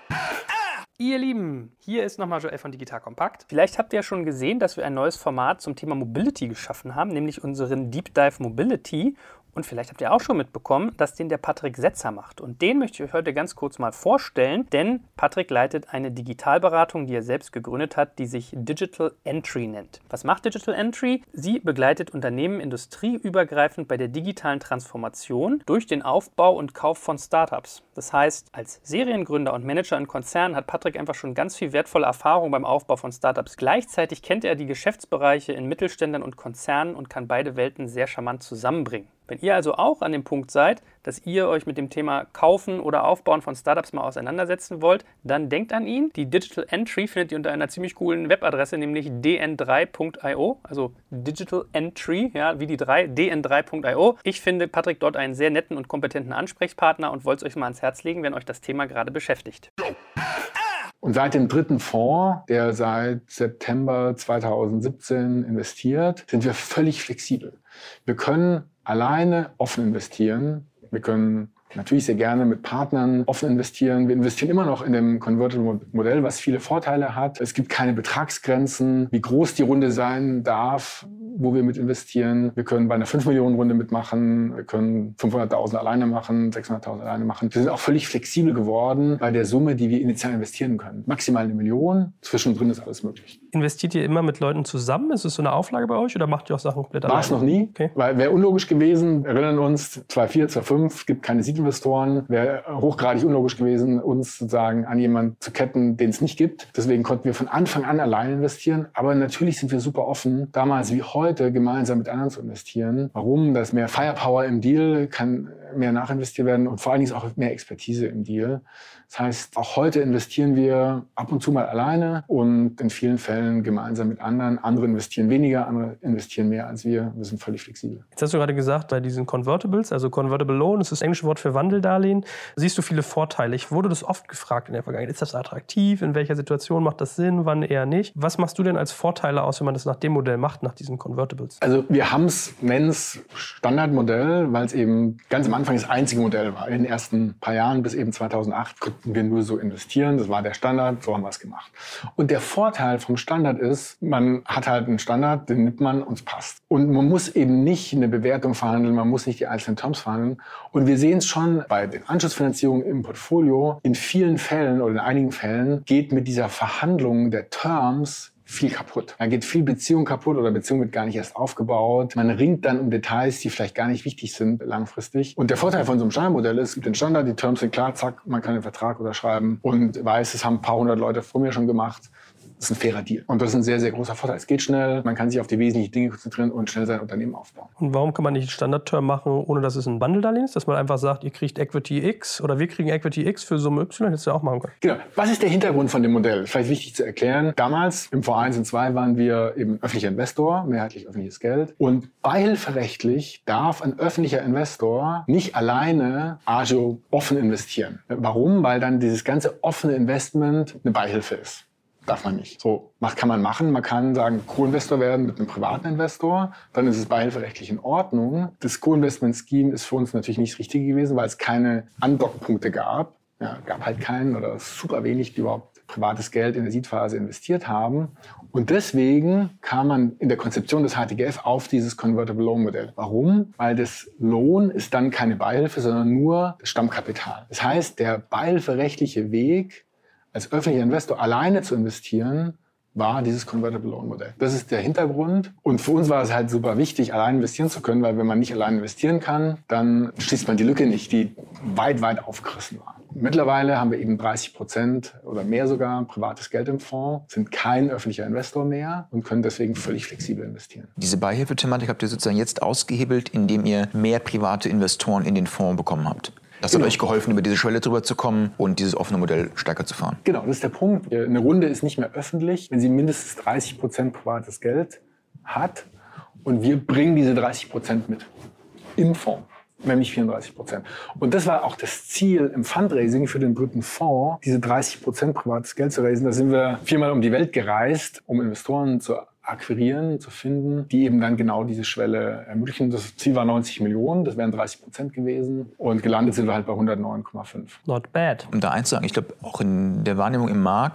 Ihr Lieben, hier ist nochmal Joel von Digital Compact. Vielleicht habt ihr ja schon gesehen, dass wir ein neues Format zum Thema Mobility geschaffen haben, nämlich unseren Deep Dive Mobility. Und vielleicht habt ihr auch schon mitbekommen, dass den der Patrick Setzer macht. Und den möchte ich euch heute ganz kurz mal vorstellen, denn Patrick leitet eine Digitalberatung, die er selbst gegründet hat, die sich Digital Entry nennt. Was macht Digital Entry? Sie begleitet Unternehmen industrieübergreifend bei der digitalen Transformation durch den Aufbau und Kauf von Startups. Das heißt, als Seriengründer und Manager in Konzernen hat Patrick einfach schon ganz viel wertvolle Erfahrung beim Aufbau von Startups. Gleichzeitig kennt er die Geschäftsbereiche in Mittelständlern und Konzernen und kann beide Welten sehr charmant zusammenbringen. Wenn ihr also auch an dem Punkt seid, dass ihr euch mit dem Thema Kaufen oder Aufbauen von Startups mal auseinandersetzen wollt, dann denkt an ihn. Die Digital Entry findet ihr unter einer ziemlich coolen Webadresse, nämlich dn3.io, also Digital Entry, ja, wie die 3, dn3.io. Ich finde Patrick dort einen sehr netten und kompetenten Ansprechpartner und wollte es euch mal ans Herz legen, wenn euch das Thema gerade beschäftigt. Und seit dem dritten Fonds, der seit September 2017 investiert, sind wir völlig flexibel. Wir können alleine offen investieren. Wir können natürlich sehr gerne mit Partnern offen investieren. Wir investieren immer noch in dem Convertible-Modell, was viele Vorteile hat. Es gibt keine Betragsgrenzen, wie groß die Runde sein darf, wo wir mit investieren. Wir können bei einer 5-Millionen-Runde mitmachen. Wir können 500.000 alleine machen, 600.000 alleine machen. Wir sind auch völlig flexibel geworden bei der Summe, die wir initial investieren können. Maximal 1 Million. Zwischendrin ist alles möglich. Investiert ihr immer mit Leuten zusammen? Ist es so eine Auflage bei euch oder macht ihr auch Sachen komplett alleine? War es noch nie, okay. Weil wäre unlogisch gewesen. Wir erinnern uns, 2004, 2005 gibt keine Seed-Investoren. Wäre hochgradig unlogisch gewesen, uns sozusagen an jemanden zu ketten, den es nicht gibt. Deswegen konnten wir von Anfang an alleine investieren. Aber natürlich sind wir super offen, damals wie heute gemeinsam mit anderen zu investieren. Warum? Da ist mehr Firepower im Deal, kann mehr nachinvestiert werden und vor allen Dingen ist auch mehr Expertise im Deal. Das heißt, auch heute investieren wir ab und zu mal alleine und in vielen Fällen gemeinsam mit anderen. Andere investieren weniger, andere investieren mehr als wir. Wir sind völlig flexibel. Jetzt hast du gerade gesagt, bei diesen Convertibles, also Convertible Loan, das ist das englische Wort für Wandeldarlehen, siehst du viele Vorteile. Ich wurde das oft gefragt in der Vergangenheit. Ist das attraktiv? In welcher Situation macht das Sinn? Wann eher nicht? Was machst du denn als Vorteile aus, wenn man das nach dem Modell macht, nach diesen Convertibles? Also wir nennen es Standardmodell, weil es eben ganz am Anfang das einzige Modell war. In den ersten paar Jahren bis eben 2008 konnten wir nur so investieren. Das war der Standard, so haben wir es gemacht. Und der Vorteil vom Standard ist, man hat halt einen Standard, den nimmt man und es passt. Und man muss eben nicht eine Bewertung verhandeln, man muss nicht die einzelnen Terms verhandeln. Und wir sehen es schon bei den Anschlussfinanzierungen im Portfolio, in vielen Fällen oder in einigen Fällen geht mit dieser Verhandlung der Terms viel kaputt. Da geht viel Beziehung kaputt oder Beziehung wird gar nicht erst aufgebaut. Man ringt dann um Details, die vielleicht gar nicht wichtig sind langfristig. Und der Vorteil von so einem Standardmodell ist, es gibt den Standard, die Terms sind klar, zack, man kann den Vertrag unterschreiben und weiß, es haben ein paar hundert Leute vor mir schon gemacht. Das ist ein fairer Deal. Und das ist ein sehr, sehr großer Vorteil. Es geht schnell, man kann sich auf die wesentlichen Dinge konzentrieren und schnell sein Unternehmen aufbauen. Und warum kann man nicht einen Standardterm machen, ohne dass es ein Bundle-Darlehen ist? Dass man einfach sagt, ihr kriegt Equity X oder wir kriegen Equity X für Summe Y, hättest du ja auch machen können. Genau. Was ist der Hintergrund von dem Modell? Vielleicht wichtig zu erklären. Damals, im Fonds 1 und 2, waren wir eben öffentlicher Investor, mehrheitlich öffentliches Geld. Und beihilferechtlich darf ein öffentlicher Investor nicht alleine Agio offen investieren. Warum? Weil dann dieses ganze offene Investment eine Beihilfe ist. Darf man nicht. So, kann man machen. Man kann sagen, Co-Investor werden mit einem privaten Investor. Dann ist es beihilferechtlich in Ordnung. Das Co-Investment-Scheme ist für uns natürlich nicht das Richtige gewesen, weil es keine Andockpunkte gab. Ja, gab halt keinen oder super wenig, die überhaupt privates Geld in der Seed-Phase investiert haben. Und deswegen kam man in der Konzeption des HTGF auf dieses Convertible Loan Modell. Warum? Weil das Loan ist dann keine Beihilfe, sondern nur das Stammkapital. Das heißt, der beihilferechtliche Weg, als öffentlicher Investor alleine zu investieren, war dieses Convertible Loan Modell. Das ist der Hintergrund. Und für uns war es halt super wichtig, allein investieren zu können, weil wenn man nicht allein investieren kann, dann schließt man die Lücke nicht, die weit, weit aufgerissen war. Mittlerweile haben wir eben 30% oder mehr sogar privates Geld im Fonds, sind kein öffentlicher Investor mehr und können deswegen völlig flexibel investieren. Diese Beihilfethematik habt ihr sozusagen jetzt ausgehebelt, indem ihr mehr private Investoren in den Fonds bekommen habt. Das hat euch geholfen, über diese Schwelle drüber zu kommen und dieses offene Modell stärker zu fahren. Genau, das ist der Punkt. Eine Runde ist nicht mehr öffentlich, wenn sie mindestens 30% privates Geld hat. Und wir bringen diese 30% mit im Fonds, nämlich 34%. Und das war auch das Ziel im Fundraising für den dritten Fonds, diese 30% privates Geld zu raisen. Da sind wir 4-mal um die Welt gereist, um Investoren zu akquirieren, zu finden, die eben dann genau diese Schwelle ermöglichen. Das Ziel war 90 Millionen, das wären 30% gewesen. Und gelandet sind wir halt bei 109,5. Not bad. Um da eins zu sagen, ich glaube, auch in der Wahrnehmung im Markt, du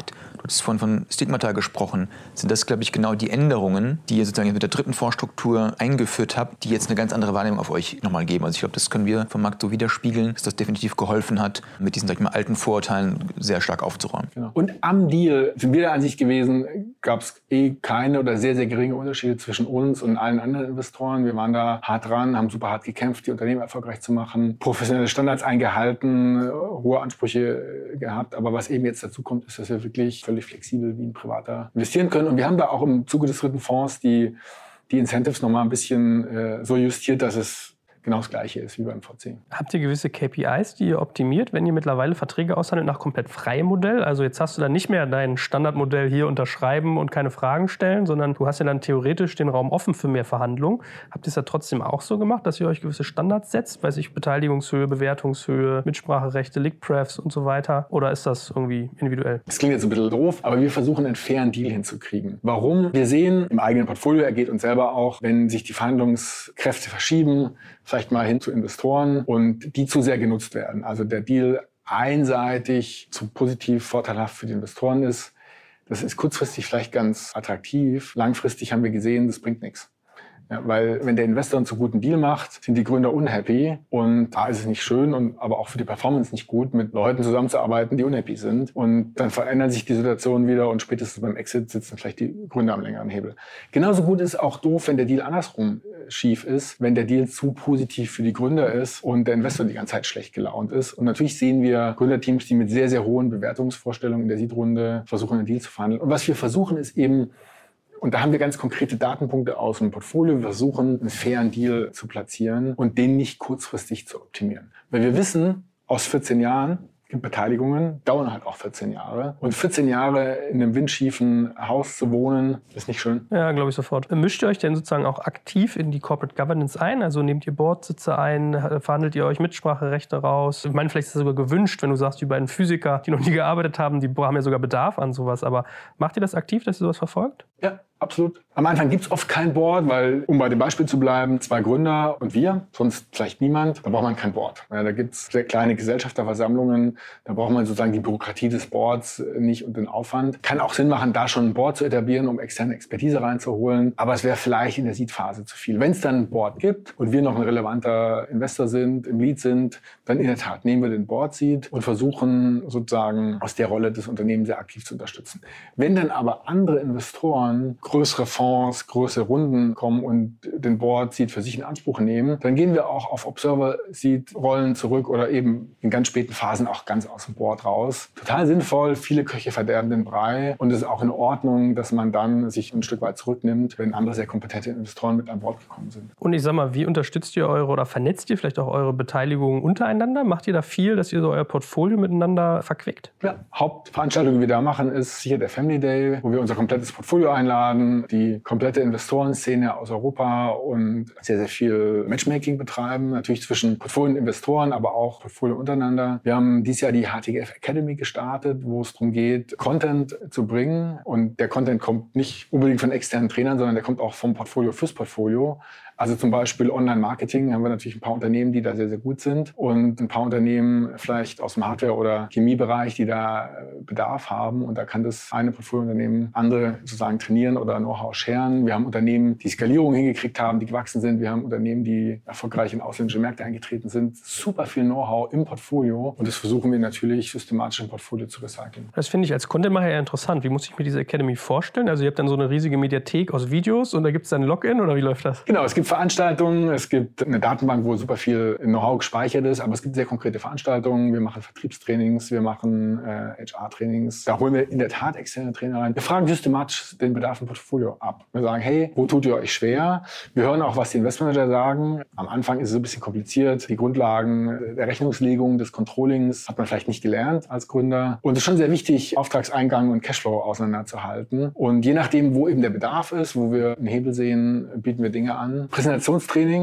hast vorhin von Stigmata gesprochen. Sind das, glaube ich, genau die Änderungen, die ihr sozusagen mit der dritten Fondsstruktur eingeführt habt, die jetzt eine ganz andere Wahrnehmung auf euch nochmal geben? Also ich glaube, das können wir vom Markt so widerspiegeln, dass das definitiv geholfen hat, mit diesen, sag ich mal, alten Vorurteilen sehr stark aufzuräumen. Genau. Und am Deal sind wir der Ansicht gewesen, gab es keine oder sehr, sehr geringe Unterschiede zwischen uns und allen anderen Investoren. Wir waren da hart dran, haben super hart gekämpft, die Unternehmen erfolgreich zu machen, professionelle Standards eingehalten, hohe Ansprüche gehabt. Aber was eben jetzt dazu kommt, ist, dass wir wirklich völlig flexibel wie ein Privater investieren können. Und wir haben da auch im Zuge des dritten Fonds die Incentives nochmal ein bisschen so justiert, dass es genau das Gleiche ist wie beim VC. Habt ihr gewisse KPIs, die ihr optimiert, wenn ihr mittlerweile Verträge aushandelt nach komplett freiem Modell? Also jetzt hast du dann nicht mehr dein Standardmodell hier unterschreiben und keine Fragen stellen, sondern du hast ja dann theoretisch den Raum offen für mehr Verhandlungen. Habt ihr es ja trotzdem auch so gemacht, dass ihr euch gewisse Standards setzt? Weiß ich, Beteiligungshöhe, Bewertungshöhe, Mitspracherechte, Lick-Prefs und so weiter? Oder ist das irgendwie individuell? Das klingt jetzt ein bisschen doof, aber wir versuchen einen fairen Deal hinzukriegen. Warum? Wir sehen im eigenen Portfolio, er geht uns selber auch, wenn sich die Verhandlungskräfte verschieben, vielleicht mal hin zu Investoren und die zu sehr genutzt werden. Also der Deal einseitig zu positiv vorteilhaft für die Investoren ist, das ist kurzfristig vielleicht ganz attraktiv. Langfristig haben wir gesehen, das bringt nichts. Ja, weil wenn der Investor einen zu guten Deal macht, sind die Gründer unhappy und da ist es nicht schön und aber auch für die Performance nicht gut, mit Leuten zusammenzuarbeiten, die unhappy sind. Und dann verändert sich die Situation wieder und spätestens beim Exit sitzen vielleicht die Gründer am längeren Hebel. Genauso gut ist auch doof, wenn der Deal andersrum schief ist, wenn der Deal zu positiv für die Gründer ist und der Investor die ganze Zeit schlecht gelaunt ist. Und natürlich sehen wir Gründerteams, die mit sehr, sehr hohen Bewertungsvorstellungen in der Seed-Runde versuchen, einen Deal zu verhandeln. Und was wir versuchen, ist eben, und da haben wir ganz konkrete Datenpunkte aus dem Portfolio. Wir versuchen, einen fairen Deal zu platzieren und den nicht kurzfristig zu optimieren. Weil wir wissen, aus 14 Jahren, Beteiligungen dauern halt auch 14 Jahre. Und 14 Jahre in einem windschiefen Haus zu wohnen, ist nicht schön. Ja, glaube ich sofort. Mischt ihr euch denn sozusagen auch aktiv in die Corporate Governance ein? Also nehmt ihr Boardsitze ein, verhandelt ihr euch Mitspracherechte raus? Ich meine, vielleicht ist das sogar gewünscht, wenn du sagst, die beiden Physiker, die noch nie gearbeitet haben, die haben ja sogar Bedarf an sowas. Aber macht ihr das aktiv, dass ihr sowas verfolgt? Ja, absolut. Am Anfang gibt es oft kein Board, weil, um bei dem Beispiel zu bleiben, 2 Gründer und wir, sonst vielleicht niemand, da braucht man kein Board. Ja, da gibt es sehr kleine Gesellschafterversammlungen, da braucht man sozusagen die Bürokratie des Boards nicht und den Aufwand. Kann auch Sinn machen, da schon ein Board zu etablieren, um externe Expertise reinzuholen, aber es wäre vielleicht in der Seed-Phase zu viel. Wenn es dann ein Board gibt und wir noch ein relevanter Investor sind, im Lead sind, dann in der Tat nehmen wir den Board-Seat und versuchen sozusagen aus der Rolle des Unternehmens sehr aktiv zu unterstützen. Wenn dann aber andere Investoren, größere Fonds, größere Runden kommen und den Board-Seat für sich in Anspruch nehmen, dann gehen wir auch auf Observer-Seat-Rollen zurück oder eben in ganz späten Phasen auch ganz aus dem Board raus. Total sinnvoll, viele Köche verderben den Brei und es ist auch in Ordnung, dass man dann sich ein Stück weit zurücknimmt, wenn andere sehr kompetente Investoren mit an Bord gekommen sind. Und ich sag mal, wie unterstützt ihr eure oder vernetzt ihr vielleicht auch eure Beteiligungen untereinander? Macht ihr da viel, dass ihr so euer Portfolio miteinander verquickt? Ja, Hauptveranstaltung, die wir da machen, ist sicher der Family Day, wo wir unser komplettes Portfolio einladen, die komplette Investorenszene aus Europa und sehr, sehr viel Matchmaking betreiben. Natürlich zwischen Portfolio und Investoren, aber auch Portfolio untereinander. Wir haben dieses Jahr die HTGF Academy gestartet, wo es darum geht, Content zu bringen. Und der Content kommt nicht unbedingt von externen Trainern, sondern der kommt auch vom Portfolio fürs Portfolio. Also zum Beispiel Online-Marketing haben wir natürlich ein paar Unternehmen, die da sehr, sehr gut sind und ein paar Unternehmen vielleicht aus dem Hardware- oder Chemiebereich, die da Bedarf haben. Und da kann das eine Portfoliounternehmen andere sozusagen trainieren oder Know-how sharen. Wir haben Unternehmen, die Skalierung hingekriegt haben, die gewachsen sind. Wir haben Unternehmen, die erfolgreich in ausländische Märkte eingetreten sind. Super viel Know-how im Portfolio. Und das versuchen wir natürlich systematisch im Portfolio zu recyceln. Das finde ich als Content-Macher ja interessant. Wie muss ich mir diese Academy vorstellen? Also ihr habt dann so eine riesige Mediathek aus Videos und da gibt es dann Login oder wie läuft das? Genau, es gibt Veranstaltungen, es gibt eine Datenbank, wo super viel Know-how gespeichert ist, aber es gibt sehr konkrete Veranstaltungen. Wir machen Vertriebstrainings, wir machen HR-Trainings. Da holen wir in der Tat externe Trainer rein. Wir fragen systematisch den Bedarf im Portfolio ab. Wir sagen, hey, wo tut ihr euch schwer? Wir hören auch, was die Investmentmanager sagen. Am Anfang ist es ein bisschen kompliziert. Die Grundlagen der Rechnungslegung, des Controllings hat man vielleicht nicht gelernt als Gründer. Und es ist schon sehr wichtig, Auftragseingang und Cashflow auseinanderzuhalten. Und je nachdem, wo eben der Bedarf ist, wo wir einen Hebel sehen, bieten wir Dinge an. Präsentationstraining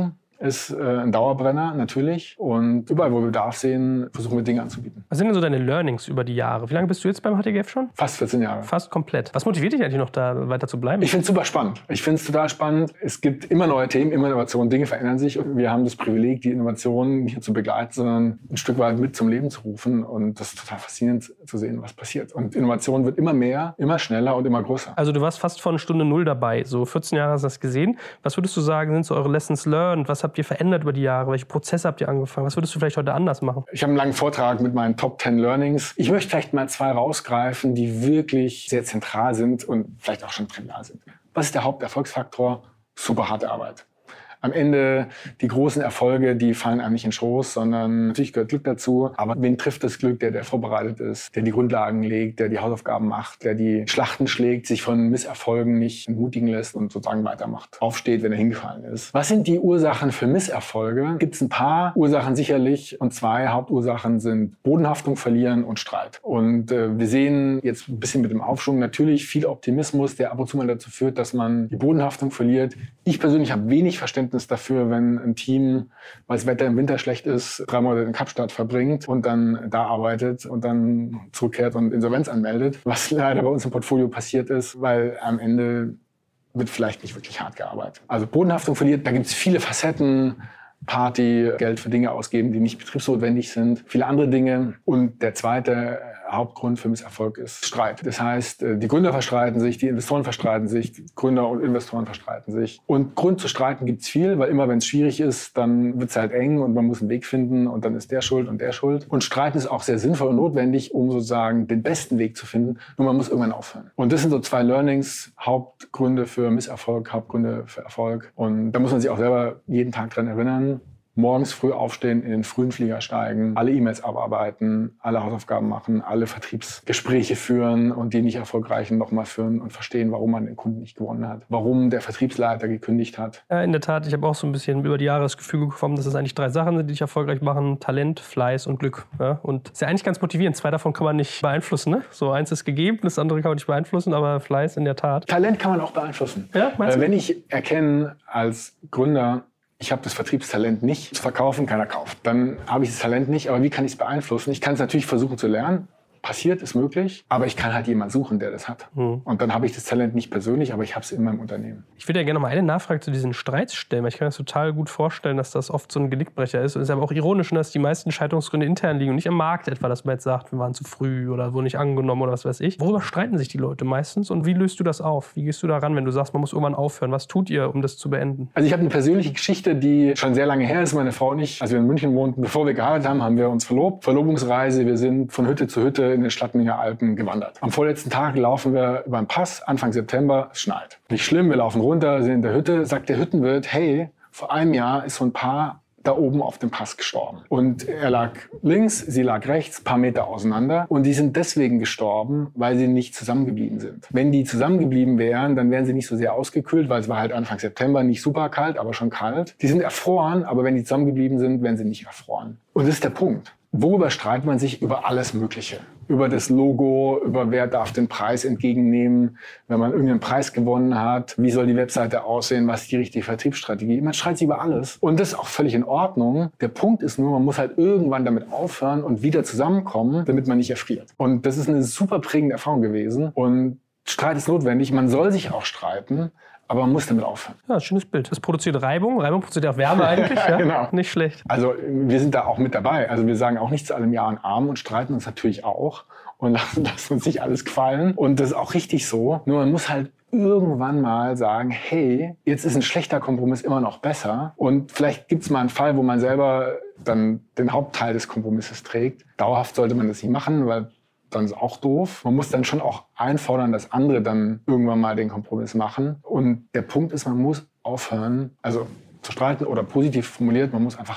ist ein Dauerbrenner natürlich. Und überall, wo wir Bedarf sehen, versuchen wir Dinge anzubieten. Was sind denn so deine Learnings über die Jahre? Wie lange bist du jetzt beim HTGF schon? Fast 14 Jahre. Fast komplett. Was motiviert dich eigentlich noch, da weiter zu bleiben? Ich finde es super spannend. Ich finde es total spannend. Es gibt immer neue Themen, immer Innovationen. Dinge verändern sich. Und wir haben das Privileg, die Innovationen nicht nur zu begleiten, sondern ein Stück weit mit zum Leben zu rufen. Und das ist total faszinierend zu sehen, was passiert. Und Innovation wird immer mehr, immer schneller und immer größer. Also du warst fast von Stunde 0 dabei. So 14 Jahre hast du das gesehen. Was würdest du sagen, sind so eure Lessons learned? Was habt ihr verändert über die Jahre? Welche Prozesse habt ihr angefangen? Was würdest du vielleicht heute anders machen? Ich habe einen langen Vortrag mit meinen Top 10 Learnings. Ich möchte vielleicht mal 2 rausgreifen, die wirklich sehr zentral sind und vielleicht auch schon trivial sind. Was ist der Haupterfolgsfaktor? Super harte Arbeit. Am Ende die großen Erfolge, die fallen einem nicht in den Schoß, sondern natürlich gehört Glück dazu. Aber wen trifft das Glück? Der vorbereitet ist, der die Grundlagen legt, der die Hausaufgaben macht, der die Schlachten schlägt, sich von Misserfolgen nicht entmutigen lässt und sozusagen weitermacht. Aufsteht, wenn er hingefallen ist. Was sind die Ursachen für Misserfolge? Gibt es ein paar Ursachen sicherlich. Und 2 Hauptursachen sind Bodenhaftung verlieren und Streit. Und wir sehen jetzt ein bisschen mit dem Aufschwung natürlich viel Optimismus, der ab und zu mal dazu führt, dass man die Bodenhaftung verliert. Ich persönlich habe wenig Verständnis dafür, wenn ein Team, weil das Wetter im Winter schlecht ist, 3 Monate in Kapstadt verbringt und dann da arbeitet und dann zurückkehrt und Insolvenz anmeldet. Was leider bei uns im Portfolio passiert ist, weil am Ende wird vielleicht nicht wirklich hart gearbeitet. Also Bodenhaftung verliert, da gibt es viele Facetten. Party, Geld für Dinge ausgeben, die nicht betriebsnotwendig sind, viele andere Dinge. Und der zweite Hauptgrund für Misserfolg ist Streit. Das heißt, die Gründer verstreiten sich, die Investoren verstreiten sich, die Gründer und Investoren verstreiten sich. Und Grund zu streiten gibt's viel, weil immer wenn es schwierig ist, dann wird's halt eng und man muss einen Weg finden und dann ist der schuld und der schuld. Und Streiten ist auch sehr sinnvoll und notwendig, um sozusagen den besten Weg zu finden. Nur man muss irgendwann aufhören. Und das sind so 2 Learnings, Hauptgründe für Misserfolg, Hauptgründe für Erfolg. Und da muss man sich auch selber jeden Tag dran erinnern. Morgens früh aufstehen, in den frühen Flieger steigen, alle E-Mails abarbeiten, alle Hausaufgaben machen, alle Vertriebsgespräche führen und die nicht erfolgreichen nochmal führen und verstehen, warum man den Kunden nicht gewonnen hat, warum der Vertriebsleiter gekündigt hat. Ja, in der Tat, ich habe auch so ein bisschen über die Jahre das Gefühl bekommen, dass es eigentlich 3 Sachen sind, die dich erfolgreich machen: Talent, Fleiß und Glück. Ja? Und es ist ja eigentlich ganz motivierend. 2 davon kann man nicht beeinflussen. Ne? So eins ist gegeben, das andere kann man nicht beeinflussen, aber Fleiß in der Tat. Talent kann man auch beeinflussen. Ja, meinst du? Wenn ich erkenne als Gründer, ich habe das Vertriebstalent nicht zu verkaufen, keiner kauft. Dann habe ich das Talent nicht, aber wie kann ich es beeinflussen? Ich kann es natürlich versuchen zu lernen. Passiert, ist möglich, aber ich kann halt jemanden suchen, der das hat. Und dann habe ich das Talent nicht persönlich, aber ich habe es in meinem Unternehmen. Ich würde ja gerne noch mal eine Nachfrage zu diesen Streits stellen, weil ich kann mir das total gut vorstellen, dass das oft so ein Genickbrecher ist. Und es ist aber auch ironisch, dass die meisten Scheiterungsgründe intern liegen und nicht am Markt etwa, dass man jetzt sagt, wir waren zu früh oder wurden nicht angenommen oder was weiß ich. Worüber streiten sich die Leute meistens und wie löst du das auf? Wie gehst du da ran, wenn du sagst, man muss irgendwann aufhören? Was tut ihr, um das zu beenden? Also ich habe eine persönliche Geschichte, die schon sehr lange her ist. Meine Frau und ich, als wir in München wohnten, bevor wir geheiratet haben, haben wir uns verlobt. Verlobungsreise, wir sind von Hütte zu Hütte in den Schladminger Alpen gewandert. Am vorletzten Tag laufen wir über den Pass, Anfang September, es schneit. Nicht schlimm, wir laufen runter, sind in der Hütte, sagt der Hüttenwirt, hey, vor einem Jahr ist so ein Paar da oben auf dem Pass gestorben. Und er lag links, sie lag rechts, ein paar Meter auseinander. Und die sind deswegen gestorben, weil sie nicht zusammengeblieben sind. Wenn die zusammengeblieben wären, dann wären sie nicht so sehr ausgekühlt, weil es war halt Anfang September, nicht super kalt, aber schon kalt. Die sind erfroren, aber wenn die zusammengeblieben sind, wären sie nicht erfroren. Und das ist der Punkt. Worüber streitet man sich? Über alles Mögliche. Über das Logo, über wer darf den Preis entgegennehmen, wenn man irgendeinen Preis gewonnen hat, wie soll die Webseite aussehen, was ist die richtige Vertriebsstrategie. Man streitet sich über alles. Und das ist auch völlig in Ordnung. Der Punkt ist nur, man muss halt irgendwann damit aufhören und wieder zusammenkommen, damit man nicht erfriert. Und das ist eine super prägende Erfahrung gewesen. Und Streit ist notwendig. Man soll sich auch streiten. Aber man muss damit aufhören. Ja, schönes Bild. Das produziert Reibung. Reibung produziert auch Wärme eigentlich. Ja? Genau. Nicht schlecht. Also wir sind da auch mit dabei. Also wir sagen auch nicht zu allem Ja und Amen und streiten uns natürlich auch und lassen uns nicht alles gefallen. Und das ist auch richtig so. Nur man muss halt irgendwann mal sagen, hey, jetzt ist ein schlechter Kompromiss immer noch besser. Und vielleicht gibt es mal einen Fall, wo man selber dann den Hauptteil des Kompromisses trägt. Dauerhaft sollte man das nicht machen, weil dann ist auch doof. Man muss dann schon auch einfordern, dass andere dann irgendwann mal den Kompromiss machen. Und der Punkt ist, man muss aufhören, also zu streiten oder positiv formuliert, man muss einfach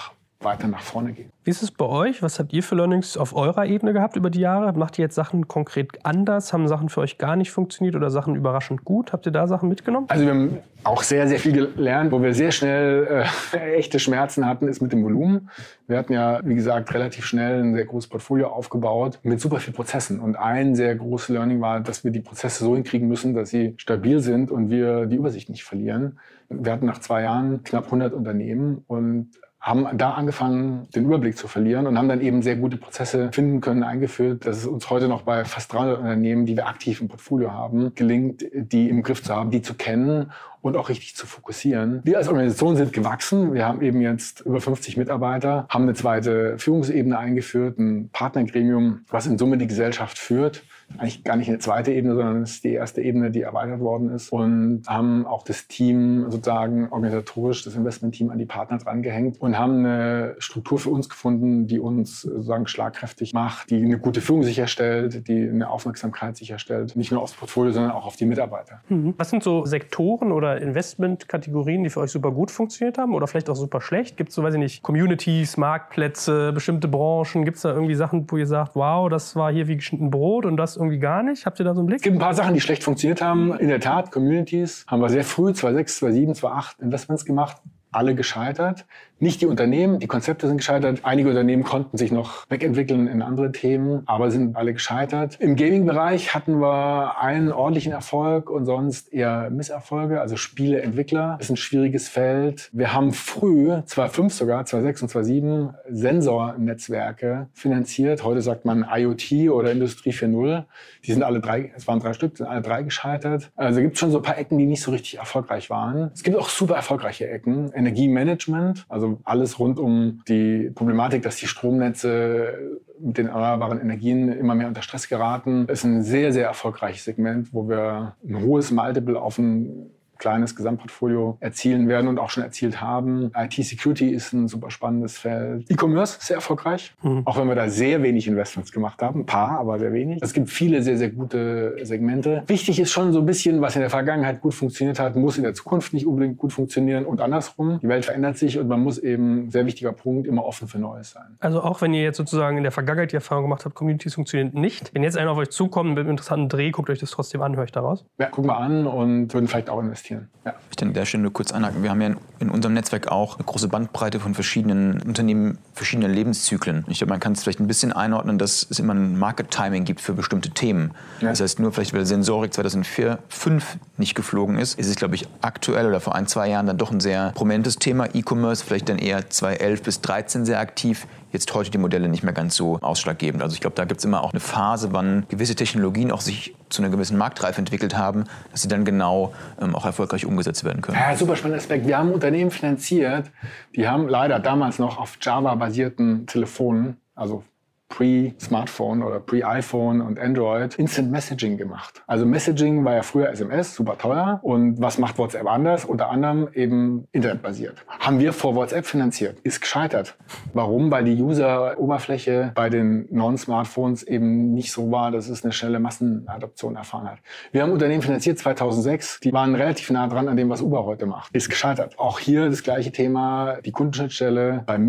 weiter nach vorne gehen. Wie ist es bei euch? Was habt ihr für Learnings auf eurer Ebene gehabt über die Jahre? Macht ihr jetzt Sachen konkret anders? Haben Sachen für euch gar nicht funktioniert oder Sachen überraschend gut? Habt ihr da Sachen mitgenommen? Also wir haben auch sehr, sehr viel gelernt. Wo wir sehr schnell echte Schmerzen hatten, ist mit dem Volumen. Wir hatten ja, wie gesagt, relativ schnell ein sehr großes Portfolio aufgebaut mit super viel Prozessen. Und ein sehr großes Learning war, dass wir die Prozesse so hinkriegen müssen, dass sie stabil sind und wir die Übersicht nicht verlieren. Wir hatten nach 2 Jahren knapp 100 Unternehmen und haben da angefangen, den Überblick zu verlieren und haben dann eben sehr gute Prozesse finden können, eingeführt, dass es uns heute noch bei fast 300 Unternehmen, die wir aktiv im Portfolio haben, gelingt, die im Griff zu haben, die zu kennen und auch richtig zu fokussieren. Wir als Organisation sind gewachsen. Wir haben eben jetzt über 50 Mitarbeiter, haben eine zweite Führungsebene eingeführt, ein Partnergremium, was in Summe die Gesellschaft führt. Eigentlich gar nicht eine zweite Ebene, sondern es ist die erste Ebene, die erweitert worden ist. Und haben auch das Team sozusagen organisatorisch, das Investmentteam an die Partner drangehängt und haben eine Struktur für uns gefunden, die uns sozusagen schlagkräftig macht, die eine gute Führung sicherstellt, die eine Aufmerksamkeit sicherstellt. Nicht nur aufs Portfolio, sondern auch auf die Mitarbeiter. Was sind so Sektoren oder Investmentkategorien, die für euch super gut funktioniert haben oder vielleicht auch super schlecht? Gibt es so, weiß ich nicht, Communities, Marktplätze, bestimmte Branchen? Gibt es da irgendwie Sachen, wo ihr sagt, wow, das war hier wie geschnitten Brot und das irgendwie gar nicht? Habt ihr da so einen Blick? Es gibt ein paar Sachen, die schlecht funktioniert haben. In der Tat, Communities haben wir sehr früh, 2006, 2007, 2008 Investments gemacht. Alle gescheitert. Nicht die Unternehmen, die Konzepte sind gescheitert. Einige Unternehmen konnten sich noch wegentwickeln in andere Themen, aber sind alle gescheitert. Im Gaming-Bereich hatten wir einen ordentlichen Erfolg und sonst eher Misserfolge, also Spieleentwickler. Das ist ein schwieriges Feld. Wir haben früh, 2005 sogar, 2006 und 2007, Sensornetzwerke finanziert. Heute sagt man IoT oder Industrie 4.0. Die sind alle 3, es waren 3 Stück, sind alle 3 gescheitert. Also gibt es schon so ein paar Ecken, die nicht so richtig erfolgreich waren. Es gibt auch super erfolgreiche Ecken. Energiemanagement, also alles rund um die Problematik, dass die Stromnetze mit den erneuerbaren Energien immer mehr unter Stress geraten, ist ein sehr, sehr erfolgreiches Segment, wo wir ein hohes Multiple auf ein kleines Gesamtportfolio erzielen werden und auch schon erzielt haben. IT-Security ist ein super spannendes Feld. E-Commerce, sehr erfolgreich. Auch wenn wir da sehr wenig Investments gemacht haben. Ein paar, aber sehr wenig. Es gibt viele sehr, sehr gute Segmente. Wichtig ist schon so ein bisschen, was in der Vergangenheit gut funktioniert hat, muss in der Zukunft nicht unbedingt gut funktionieren und andersrum. Die Welt verändert sich und man muss eben, sehr wichtiger Punkt, immer offen für Neues sein. Also auch wenn ihr jetzt sozusagen in der Vergangenheit die Erfahrung gemacht habt, Communities funktionieren nicht. Wenn jetzt einer auf euch zukommt mit einem interessanten Dreh, guckt euch das trotzdem an, höre ich daraus? Ja, gucken wir an und würden vielleicht auch investieren. Ja. Ich denke, an der Stelle nur kurz anhaken. Wir haben ja in unserem Netzwerk auch eine große Bandbreite von verschiedenen Unternehmen, verschiedenen Lebenszyklen. Ich glaube, man kann es vielleicht ein bisschen einordnen, dass es immer ein Market-Timing gibt für bestimmte Themen. Ja. Das heißt, nur vielleicht, weil Sensorik 2004, 2005 nicht geflogen ist es, glaube ich, aktuell oder vor 1-2 Jahren dann doch ein sehr prominentes Thema. E-Commerce vielleicht dann eher 2011 bis 2013 sehr aktiv. Jetzt heute die Modelle nicht mehr ganz so ausschlaggebend. Also ich glaube, da gibt es immer auch eine Phase, wann gewisse Technologien auch sich zu einer gewissen Marktreife entwickelt haben, dass sie dann genau auch erfolgreich umgesetzt werden können. Ja, super spannender Aspekt. Wir haben Unternehmen finanziert, die haben leider damals noch auf Java-basierten Telefonen, also Pre-Smartphone oder Pre-iPhone und Android Instant Messaging gemacht. Also Messaging war ja früher SMS, super teuer. Und was macht WhatsApp anders? Unter anderem eben internetbasiert. Haben wir vor WhatsApp finanziert. Ist gescheitert. Warum? Weil die User-Oberfläche bei den Non-Smartphones eben nicht so war, dass es eine schnelle Massenadoption erfahren hat. Wir haben Unternehmen finanziert 2006, die waren relativ nah dran an dem, was Uber heute macht. Ist gescheitert. Auch hier das gleiche Thema, die Kundenschnittstelle bei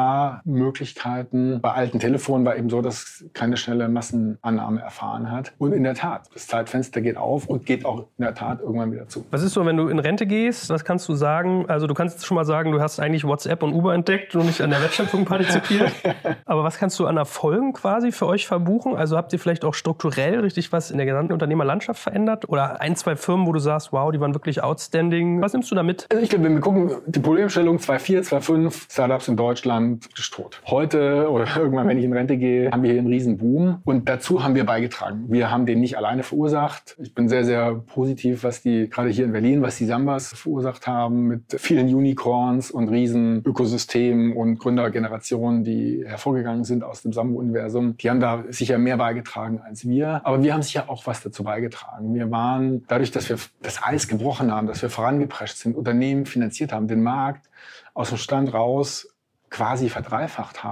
Mitfahrmöglichkeiten, bei alten Telefonen war eben so, dass keine schnelle Massenannahme erfahren hat. Und in der Tat, das Zeitfenster geht auf und geht auch in der Tat irgendwann wieder zu. Was ist so, wenn du in Rente gehst? Was kannst du sagen? Also du kannst schon mal sagen, du hast eigentlich WhatsApp und Uber entdeckt und nicht an der Wertschöpfung partizipiert. Aber was kannst du an Erfolgen quasi für euch verbuchen? Also habt ihr vielleicht auch strukturell richtig was in der gesamten Unternehmerlandschaft verändert? Oder 1, 2 Firmen, wo du sagst, wow, die waren wirklich outstanding. Was nimmst du da mit? Also ich glaube, wenn wir gucken, die Problemstellung 2004, 2005, Startups in Deutschland ist tot. Heute oder irgendwann, wenn ich in Rente gehe, haben wir hier einen riesen Boom und dazu haben wir beigetragen. Wir haben den nicht alleine verursacht. Ich bin sehr, sehr positiv, was die, gerade hier in Berlin, was die Sambas verursacht haben mit vielen Unicorns und riesen Ökosystemen und Gründergenerationen, die hervorgegangen sind aus dem Sambo-Universum. Die haben da sicher mehr beigetragen als wir, aber wir haben sicher auch was dazu beigetragen. Wir waren, dadurch, dass wir das Eis gebrochen haben, dass wir vorangeprescht sind, Unternehmen finanziert haben, den Markt aus dem Stand raus quasi verdreifacht haben,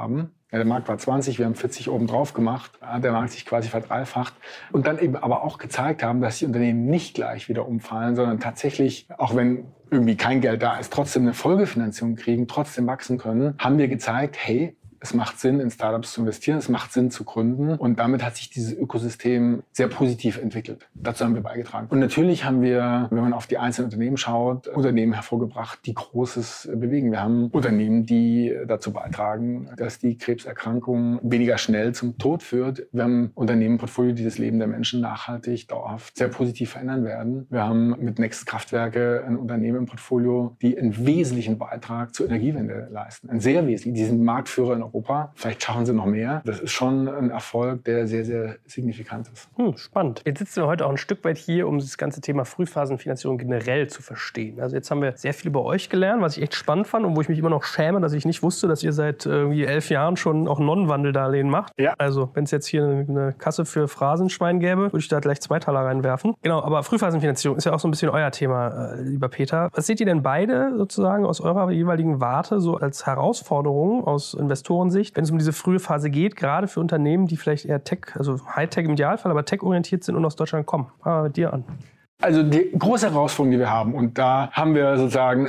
Ja, der Markt war 20, wir haben 40 oben drauf gemacht. Hat der Markt sich quasi verdreifacht. Und dann eben aber auch gezeigt haben, dass die Unternehmen nicht gleich wieder umfallen, sondern tatsächlich, auch wenn irgendwie kein Geld da ist, trotzdem eine Folgefinanzierung kriegen, trotzdem wachsen können, haben wir gezeigt, hey, es macht Sinn, in Startups zu investieren, es macht Sinn zu gründen und damit hat sich dieses Ökosystem sehr positiv entwickelt. Dazu haben wir beigetragen. Und natürlich haben wir, wenn man auf die einzelnen Unternehmen schaut, Unternehmen hervorgebracht, die Großes bewegen. Wir haben Unternehmen, die dazu beitragen, dass die Krebserkrankung weniger schnell zum Tod führt. Wir haben Unternehmen im Portfolio, die das Leben der Menschen nachhaltig, dauerhaft sehr positiv verändern werden. Wir haben mit Next Kraftwerke ein Unternehmen im Portfolio, die einen wesentlichen Beitrag zur Energiewende leisten. Einen sehr wesentlichen. Die sind Marktführer in Europa. Vielleicht schaffen sie noch mehr. Das ist schon ein Erfolg, der sehr, sehr signifikant ist. Spannend. Jetzt sitzen wir heute auch ein Stück weit hier, um das ganze Thema Frühphasenfinanzierung generell zu verstehen. Also jetzt haben wir sehr viel über euch gelernt, was ich echt spannend fand und wo ich mich immer noch schäme, dass ich nicht wusste, dass ihr seit irgendwie 11 Jahren schon auch Nonnenwandeldarlehen macht. Ja. Also wenn es jetzt hier eine Kasse für Phrasenschwein gäbe, würde ich da gleich 2 Taler reinwerfen. Genau, aber Frühphasenfinanzierung ist ja auch so ein bisschen euer Thema, lieber Peter. Was seht ihr denn beide sozusagen aus eurer jeweiligen Warte so als Herausforderung aus Investorensicht, wenn es um diese frühe Phase geht, gerade für Unternehmen, die vielleicht eher Tech, also Hightech im Idealfall, aber Tech-orientiert sind und aus Deutschland kommen? Fangen wir mit dir an. Also die große Herausforderung, die wir haben, und da haben wir sozusagen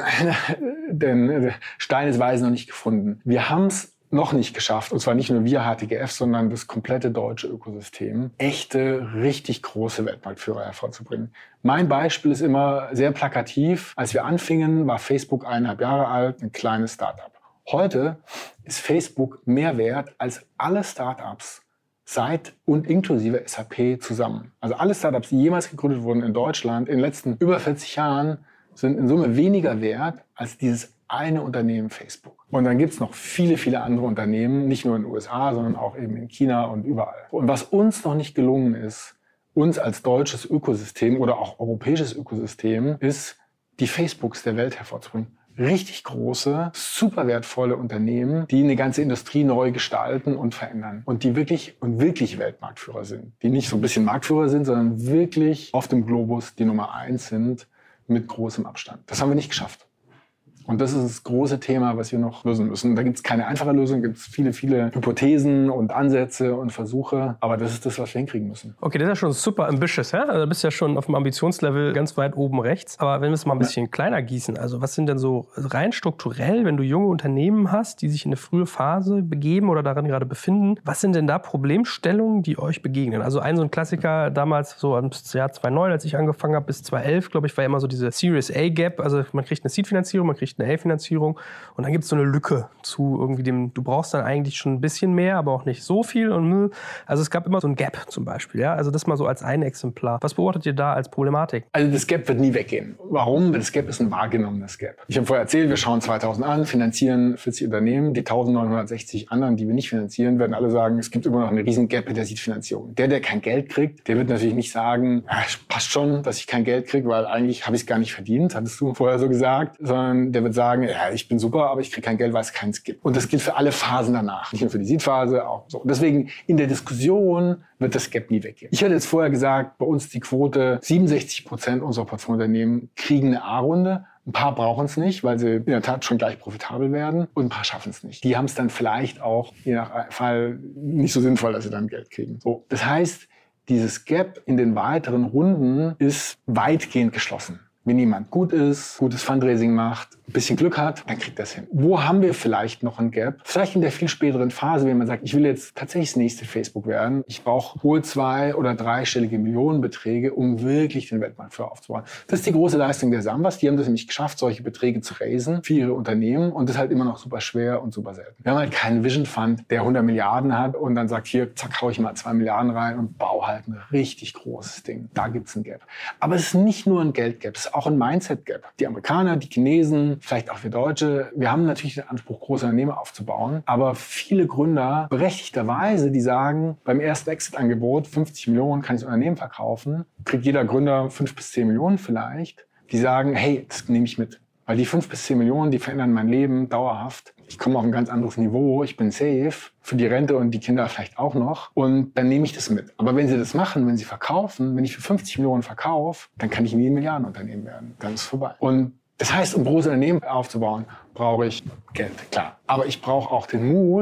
den Stein des Weisen noch nicht gefunden. Wir haben es noch nicht geschafft, und zwar nicht nur wir HTGF, sondern das komplette deutsche Ökosystem, echte, richtig große Weltmarktführer hervorzubringen. Mein Beispiel ist immer sehr plakativ. Als wir anfingen, war Facebook 1,5 Jahre alt, ein kleines Startup. Heute ist Facebook mehr wert als alle Startups seit und inklusive SAP zusammen. Also alle Startups, die jemals gegründet wurden in Deutschland in den letzten über 40 Jahren, sind in Summe weniger wert als dieses eine Unternehmen Facebook. Und dann gibt es noch viele, viele andere Unternehmen, nicht nur in den USA, sondern auch eben in China und überall. Und was uns noch nicht gelungen ist, uns als deutsches Ökosystem oder auch europäisches Ökosystem, ist, die Facebooks der Welt hervorzubringen. Richtig große, super wertvolle Unternehmen, die eine ganze Industrie neu gestalten und verändern. Und die wirklich Weltmarktführer sind. Die nicht so ein bisschen Marktführer sind, sondern wirklich auf dem Globus die Nummer 1 sind mit großem Abstand. Das haben wir nicht geschafft. Und das ist das große Thema, was wir noch lösen müssen. Da gibt es keine einfache Lösung, gibt es viele, viele Hypothesen und Ansätze und Versuche. Aber das ist das, was wir hinkriegen müssen. Okay, das ist ja schon super ambitious, ja? Also du bist ja schon auf dem Ambitionslevel ganz weit oben rechts. Aber wenn wir es mal ein bisschen kleiner gießen, also was sind denn so rein strukturell, wenn du junge Unternehmen hast, die sich in eine frühe Phase begeben oder darin gerade befinden, was sind denn da Problemstellungen, die euch begegnen? Also so ein Klassiker damals, so im Jahr 2009, als ich angefangen habe, bis 2011, glaube ich, war immer so diese Series A Gap. Also man kriegt eine Seed-Finanzierung, man kriegt eine A-Finanzierung und dann gibt es so eine Lücke zu irgendwie dem, du brauchst dann eigentlich schon ein bisschen mehr, aber auch nicht so viel. Und also es gab immer so ein Gap zum Beispiel. Ja? Also das mal so als ein Exemplar. Was beobachtet ihr da als Problematik? Also das Gap wird nie weggehen. Warum? Weil das Gap ist ein wahrgenommenes Gap. Ich habe vorher erzählt, wir schauen 2000 an, finanzieren 40 Unternehmen. Die 1960 anderen, die wir nicht finanzieren, werden alle sagen, es gibt immer noch eine riesen Gap in der Seed-Finanzierung. Der kein Geld kriegt, der wird natürlich nicht sagen, ja, passt schon, dass ich kein Geld kriege, weil eigentlich habe ich es gar nicht verdient, hattest du vorher so gesagt, sondern der wird sagen, ja, ich bin super, aber ich kriege kein Geld, weil es keins gibt. Und das gilt für alle Phasen danach. Nicht nur für die Seed-Phase, auch so. Deswegen in der Diskussion wird das Gap nie weggehen. Ich hatte jetzt vorher gesagt, bei uns die Quote, 67% unserer Portfoliounternehmen kriegen eine A-Runde. Ein paar brauchen es nicht, weil sie in der Tat schon gleich profitabel werden. Und ein paar schaffen es nicht. Die haben es dann vielleicht auch, je nach Fall, nicht so sinnvoll, dass sie dann Geld kriegen. So. Das heißt, dieses Gap in den weiteren Runden ist weitgehend geschlossen. Wenn jemand gut ist, gutes Fundraising macht, ein bisschen Glück hat, dann kriegt das hin. Wo haben wir vielleicht noch ein Gap? Vielleicht in der viel späteren Phase, wenn man sagt, ich will jetzt tatsächlich das nächste Facebook werden. Ich brauche hohe 2- oder 3-stellige Millionenbeträge, um wirklich den Weltmarktführer aufzubauen. Das ist die große Leistung der Sambas. Die haben das nämlich geschafft, solche Beträge zu raisen für ihre Unternehmen. Und das ist halt immer noch super schwer und super selten. Wir haben halt keinen Vision Fund, der 100 Milliarden hat und dann sagt, hier, zack, hau ich mal 2 Milliarden rein und baue halt ein richtig großes Ding. Da gibt's ein Gap. Aber es ist nicht nur ein Geldgap, es ist auch ein Mindset-Gap. Die Amerikaner, die Chinesen, vielleicht auch wir Deutsche, wir haben natürlich den Anspruch, große Unternehmen aufzubauen, aber viele Gründer, berechtigterweise, die sagen, beim ersten Exit-Angebot, 50 Millionen kann ich das Unternehmen verkaufen, kriegt jeder Gründer 5 bis 10 Millionen vielleicht, die sagen, hey, das nehme ich mit. Weil die 5 bis 10 Millionen, die verändern mein Leben dauerhaft. Ich komme auf ein ganz anderes Niveau, ich bin safe, für die Rente und die Kinder vielleicht auch noch. Und dann nehme ich das mit. Aber wenn sie das machen, wenn sie verkaufen, wenn ich für 50 Millionen verkaufe, dann kann ich nie ein Milliardenunternehmen werden. Dann ist es vorbei. Und das heißt, um große Unternehmen aufzubauen, brauche ich Geld, klar. Aber ich brauche auch den Mut,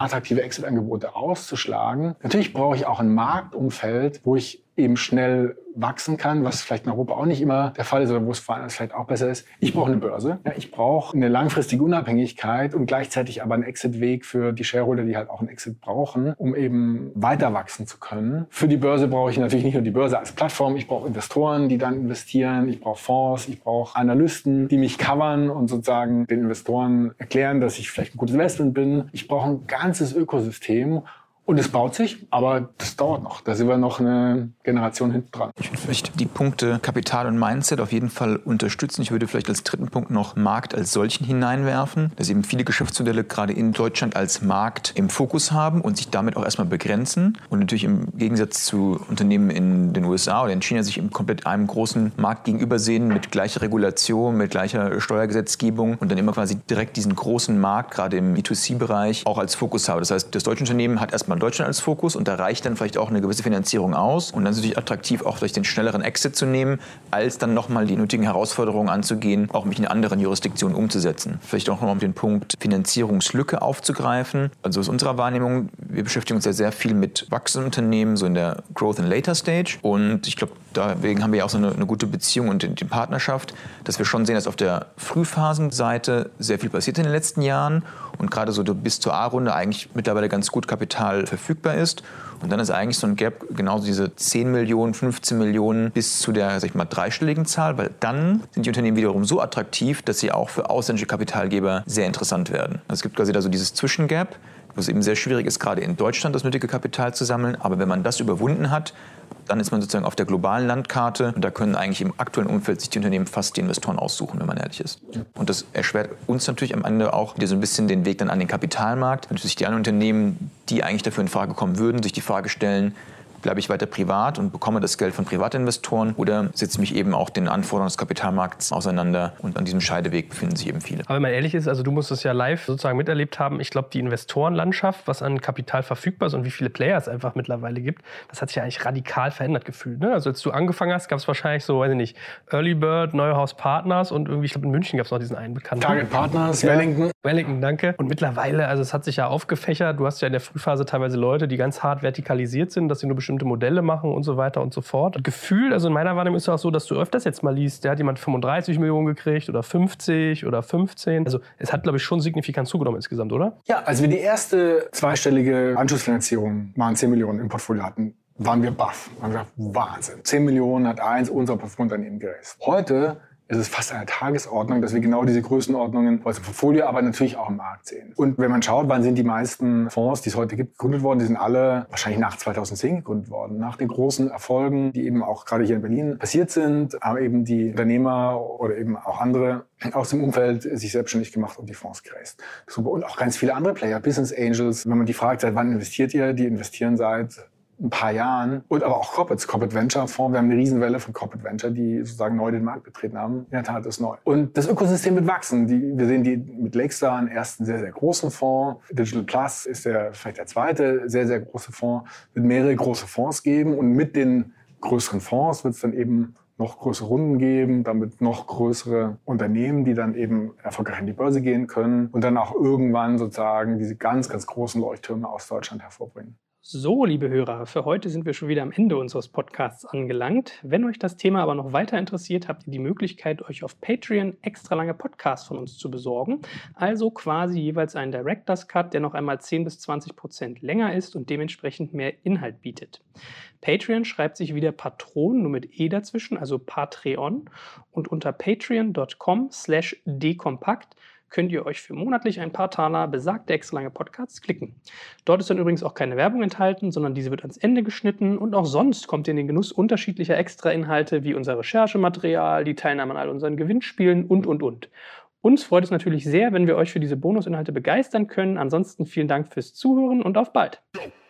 attraktive Exit-Angebote auszuschlagen. Natürlich brauche ich auch ein Marktumfeld, wo ich eben schnell wachsen kann, was vielleicht in Europa auch nicht immer der Fall ist oder wo es vielleicht auch besser ist. Ich brauche eine Börse. Ja, ich brauche eine langfristige Unabhängigkeit und gleichzeitig aber einen Exit-Weg für die Shareholder, die halt auch einen Exit brauchen, um eben weiter wachsen zu können. Für die Börse brauche ich natürlich nicht nur die Börse als Plattform. Ich brauche Investoren, die dann investieren. Ich brauche Fonds. Ich brauche Analysten, die mich covern und sozusagen den Investoren erklären, dass ich vielleicht ein gutes Investment bin. Ich brauche ein ganzes Ökosystem. Und es baut sich, aber das dauert noch. Da sind wir noch eine Generation hinten dran. Ich würde vielleicht die Punkte Kapital und Mindset auf jeden Fall unterstützen. Ich würde vielleicht als dritten Punkt noch Markt als solchen hineinwerfen, dass eben viele Geschäftsmodelle gerade in Deutschland als Markt im Fokus haben und sich damit auch erstmal begrenzen. Und natürlich im Gegensatz zu Unternehmen in den USA oder in China sich im komplett einem großen Markt gegenüber sehen mit gleicher Regulation, mit gleicher Steuergesetzgebung und dann immer quasi direkt diesen großen Markt, gerade im B2C-Bereich, auch als Fokus haben. Das heißt, das deutsche Unternehmen hat erstmal Deutschland als Fokus und da reicht dann vielleicht auch eine gewisse Finanzierung aus. Und dann ist es natürlich attraktiv, auch vielleicht den schnelleren Exit zu nehmen, als dann nochmal die nötigen Herausforderungen anzugehen, auch mich in anderen Jurisdiktionen umzusetzen. Vielleicht auch nochmal um den Punkt Finanzierungslücke aufzugreifen. Also aus unserer Wahrnehmung, wir beschäftigen uns ja sehr viel mit wachsenden Unternehmen, so in der Growth and Later Stage. Und ich glaube, deswegen haben wir ja auch so eine gute Beziehung und die Partnerschaft, dass wir schon sehen, dass auf der Frühphasenseite sehr viel passiert in den letzten Jahren und gerade so bis zur A-Runde eigentlich mittlerweile ganz gut Kapital verfügbar ist. Und dann ist eigentlich so ein Gap genauso diese 10 Millionen, 15 Millionen bis zu der, sag ich mal, dreistelligen Zahl, weil dann sind die Unternehmen wiederum so attraktiv, dass sie auch für ausländische Kapitalgeber sehr interessant werden. Also es gibt quasi da so dieses Zwischengap, wo es eben sehr schwierig ist, gerade in Deutschland das nötige Kapital zu sammeln. Aber wenn man das überwunden hat, dann ist man sozusagen auf der globalen Landkarte und da können eigentlich im aktuellen Umfeld sich die Unternehmen fast die Investoren aussuchen, wenn man ehrlich ist. Und das erschwert uns natürlich am Ende auch wieder so ein bisschen den Weg dann an den Kapitalmarkt. Wenn sich die anderen Unternehmen, die eigentlich dafür in Frage kommen würden, sich die Frage stellen, bleibe ich weiter privat und bekomme das Geld von Privatinvestoren oder setze mich eben auch den Anforderungen des Kapitalmarkts auseinander und an diesem Scheideweg befinden sich eben viele. Aber wenn man ehrlich ist, also du musst es ja live sozusagen miterlebt haben, ich glaube, die Investorenlandschaft, was an Kapital verfügbar ist und wie viele Player es einfach mittlerweile gibt, das hat sich ja eigentlich radikal verändert gefühlt. Ne? Also als du angefangen hast, gab es wahrscheinlich so, weiß ich nicht, Early Bird, Neuhaus Partners und irgendwie, ich glaube in München gab es noch diesen einen bekannten. Target Partners, Wellington. Wellington, danke. Und mittlerweile, also es hat sich ja aufgefächert, du hast ja in der Frühphase teilweise Leute, die ganz hart vertikalisiert sind, dass sie nur bestimmte Modelle machen und so weiter und so fort. Und gefühlt, also in meiner Wahrnehmung ist es auch so, dass du öfters jetzt mal liest, der hat jemand 35 Millionen gekriegt oder 50 oder 15. Also es hat, glaube ich, schon signifikant zugenommen insgesamt, oder? Ja, als wir die erste zweistellige Anschlussfinanzierung, waren 10 Millionen im Portfolio hatten, waren wir baff. Wir haben gesagt, Wahnsinn. 10 Millionen hat eins unserer Portfoliounternehmen geraced. Heute ist es fast eine Tagesordnung, dass wir genau diese Größenordnungen aus dem Portfolio, aber natürlich auch im Markt sehen. Und wenn man schaut, wann sind die meisten Fonds, die es heute gibt, gegründet worden, die sind alle wahrscheinlich nach 2010 gegründet worden. Nach den großen Erfolgen, die eben auch gerade hier in Berlin passiert sind, haben eben die Unternehmer oder eben auch andere aus dem Umfeld sich selbstständig gemacht und die Fonds geraced. Super. Und auch ganz viele andere Player, Business Angels. Wenn man die fragt, seit wann investiert ihr? Die investieren seit ein paar Jahren. Und aber auch Corporate Venture Fonds. Wir haben eine Riesenwelle von Corporate Venture, die sozusagen neu den Markt betreten haben. In der Tat ist neu. Und das Ökosystem wird wachsen. Wir sehen die mit Lakestar einen ersten sehr, sehr großen Fonds. Digital Plus ist vielleicht der zweite sehr, sehr große Fonds. Es wird mehrere große Fonds geben. Und mit den größeren Fonds wird es dann eben noch größere Runden geben, damit noch größere Unternehmen, die dann eben erfolgreich an die Börse gehen können und dann auch irgendwann sozusagen diese ganz, ganz großen Leuchttürme aus Deutschland hervorbringen. So, liebe Hörer, für heute sind wir schon wieder am Ende unseres Podcasts angelangt. Wenn euch das Thema aber noch weiter interessiert, habt ihr die Möglichkeit, euch auf Patreon extra lange Podcasts von uns zu besorgen. Also quasi jeweils einen Director's Cut, der noch einmal 10-20% länger ist und dementsprechend mehr Inhalt bietet. Patreon schreibt sich wieder Patron, nur mit E dazwischen, also Patreon. Und unter patreon.com/dekompakt könnt ihr euch für monatlich ein paar Taler besagte extra lange Podcasts klicken. Dort ist dann übrigens auch keine Werbung enthalten, sondern diese wird ans Ende geschnitten und auch sonst kommt ihr in den Genuss unterschiedlicher Extra-Inhalte wie unser Recherchematerial, die Teilnahme an all unseren Gewinnspielen und. Uns freut es natürlich sehr, wenn wir euch für diese Bonusinhalte begeistern können. Ansonsten vielen Dank fürs Zuhören und auf bald!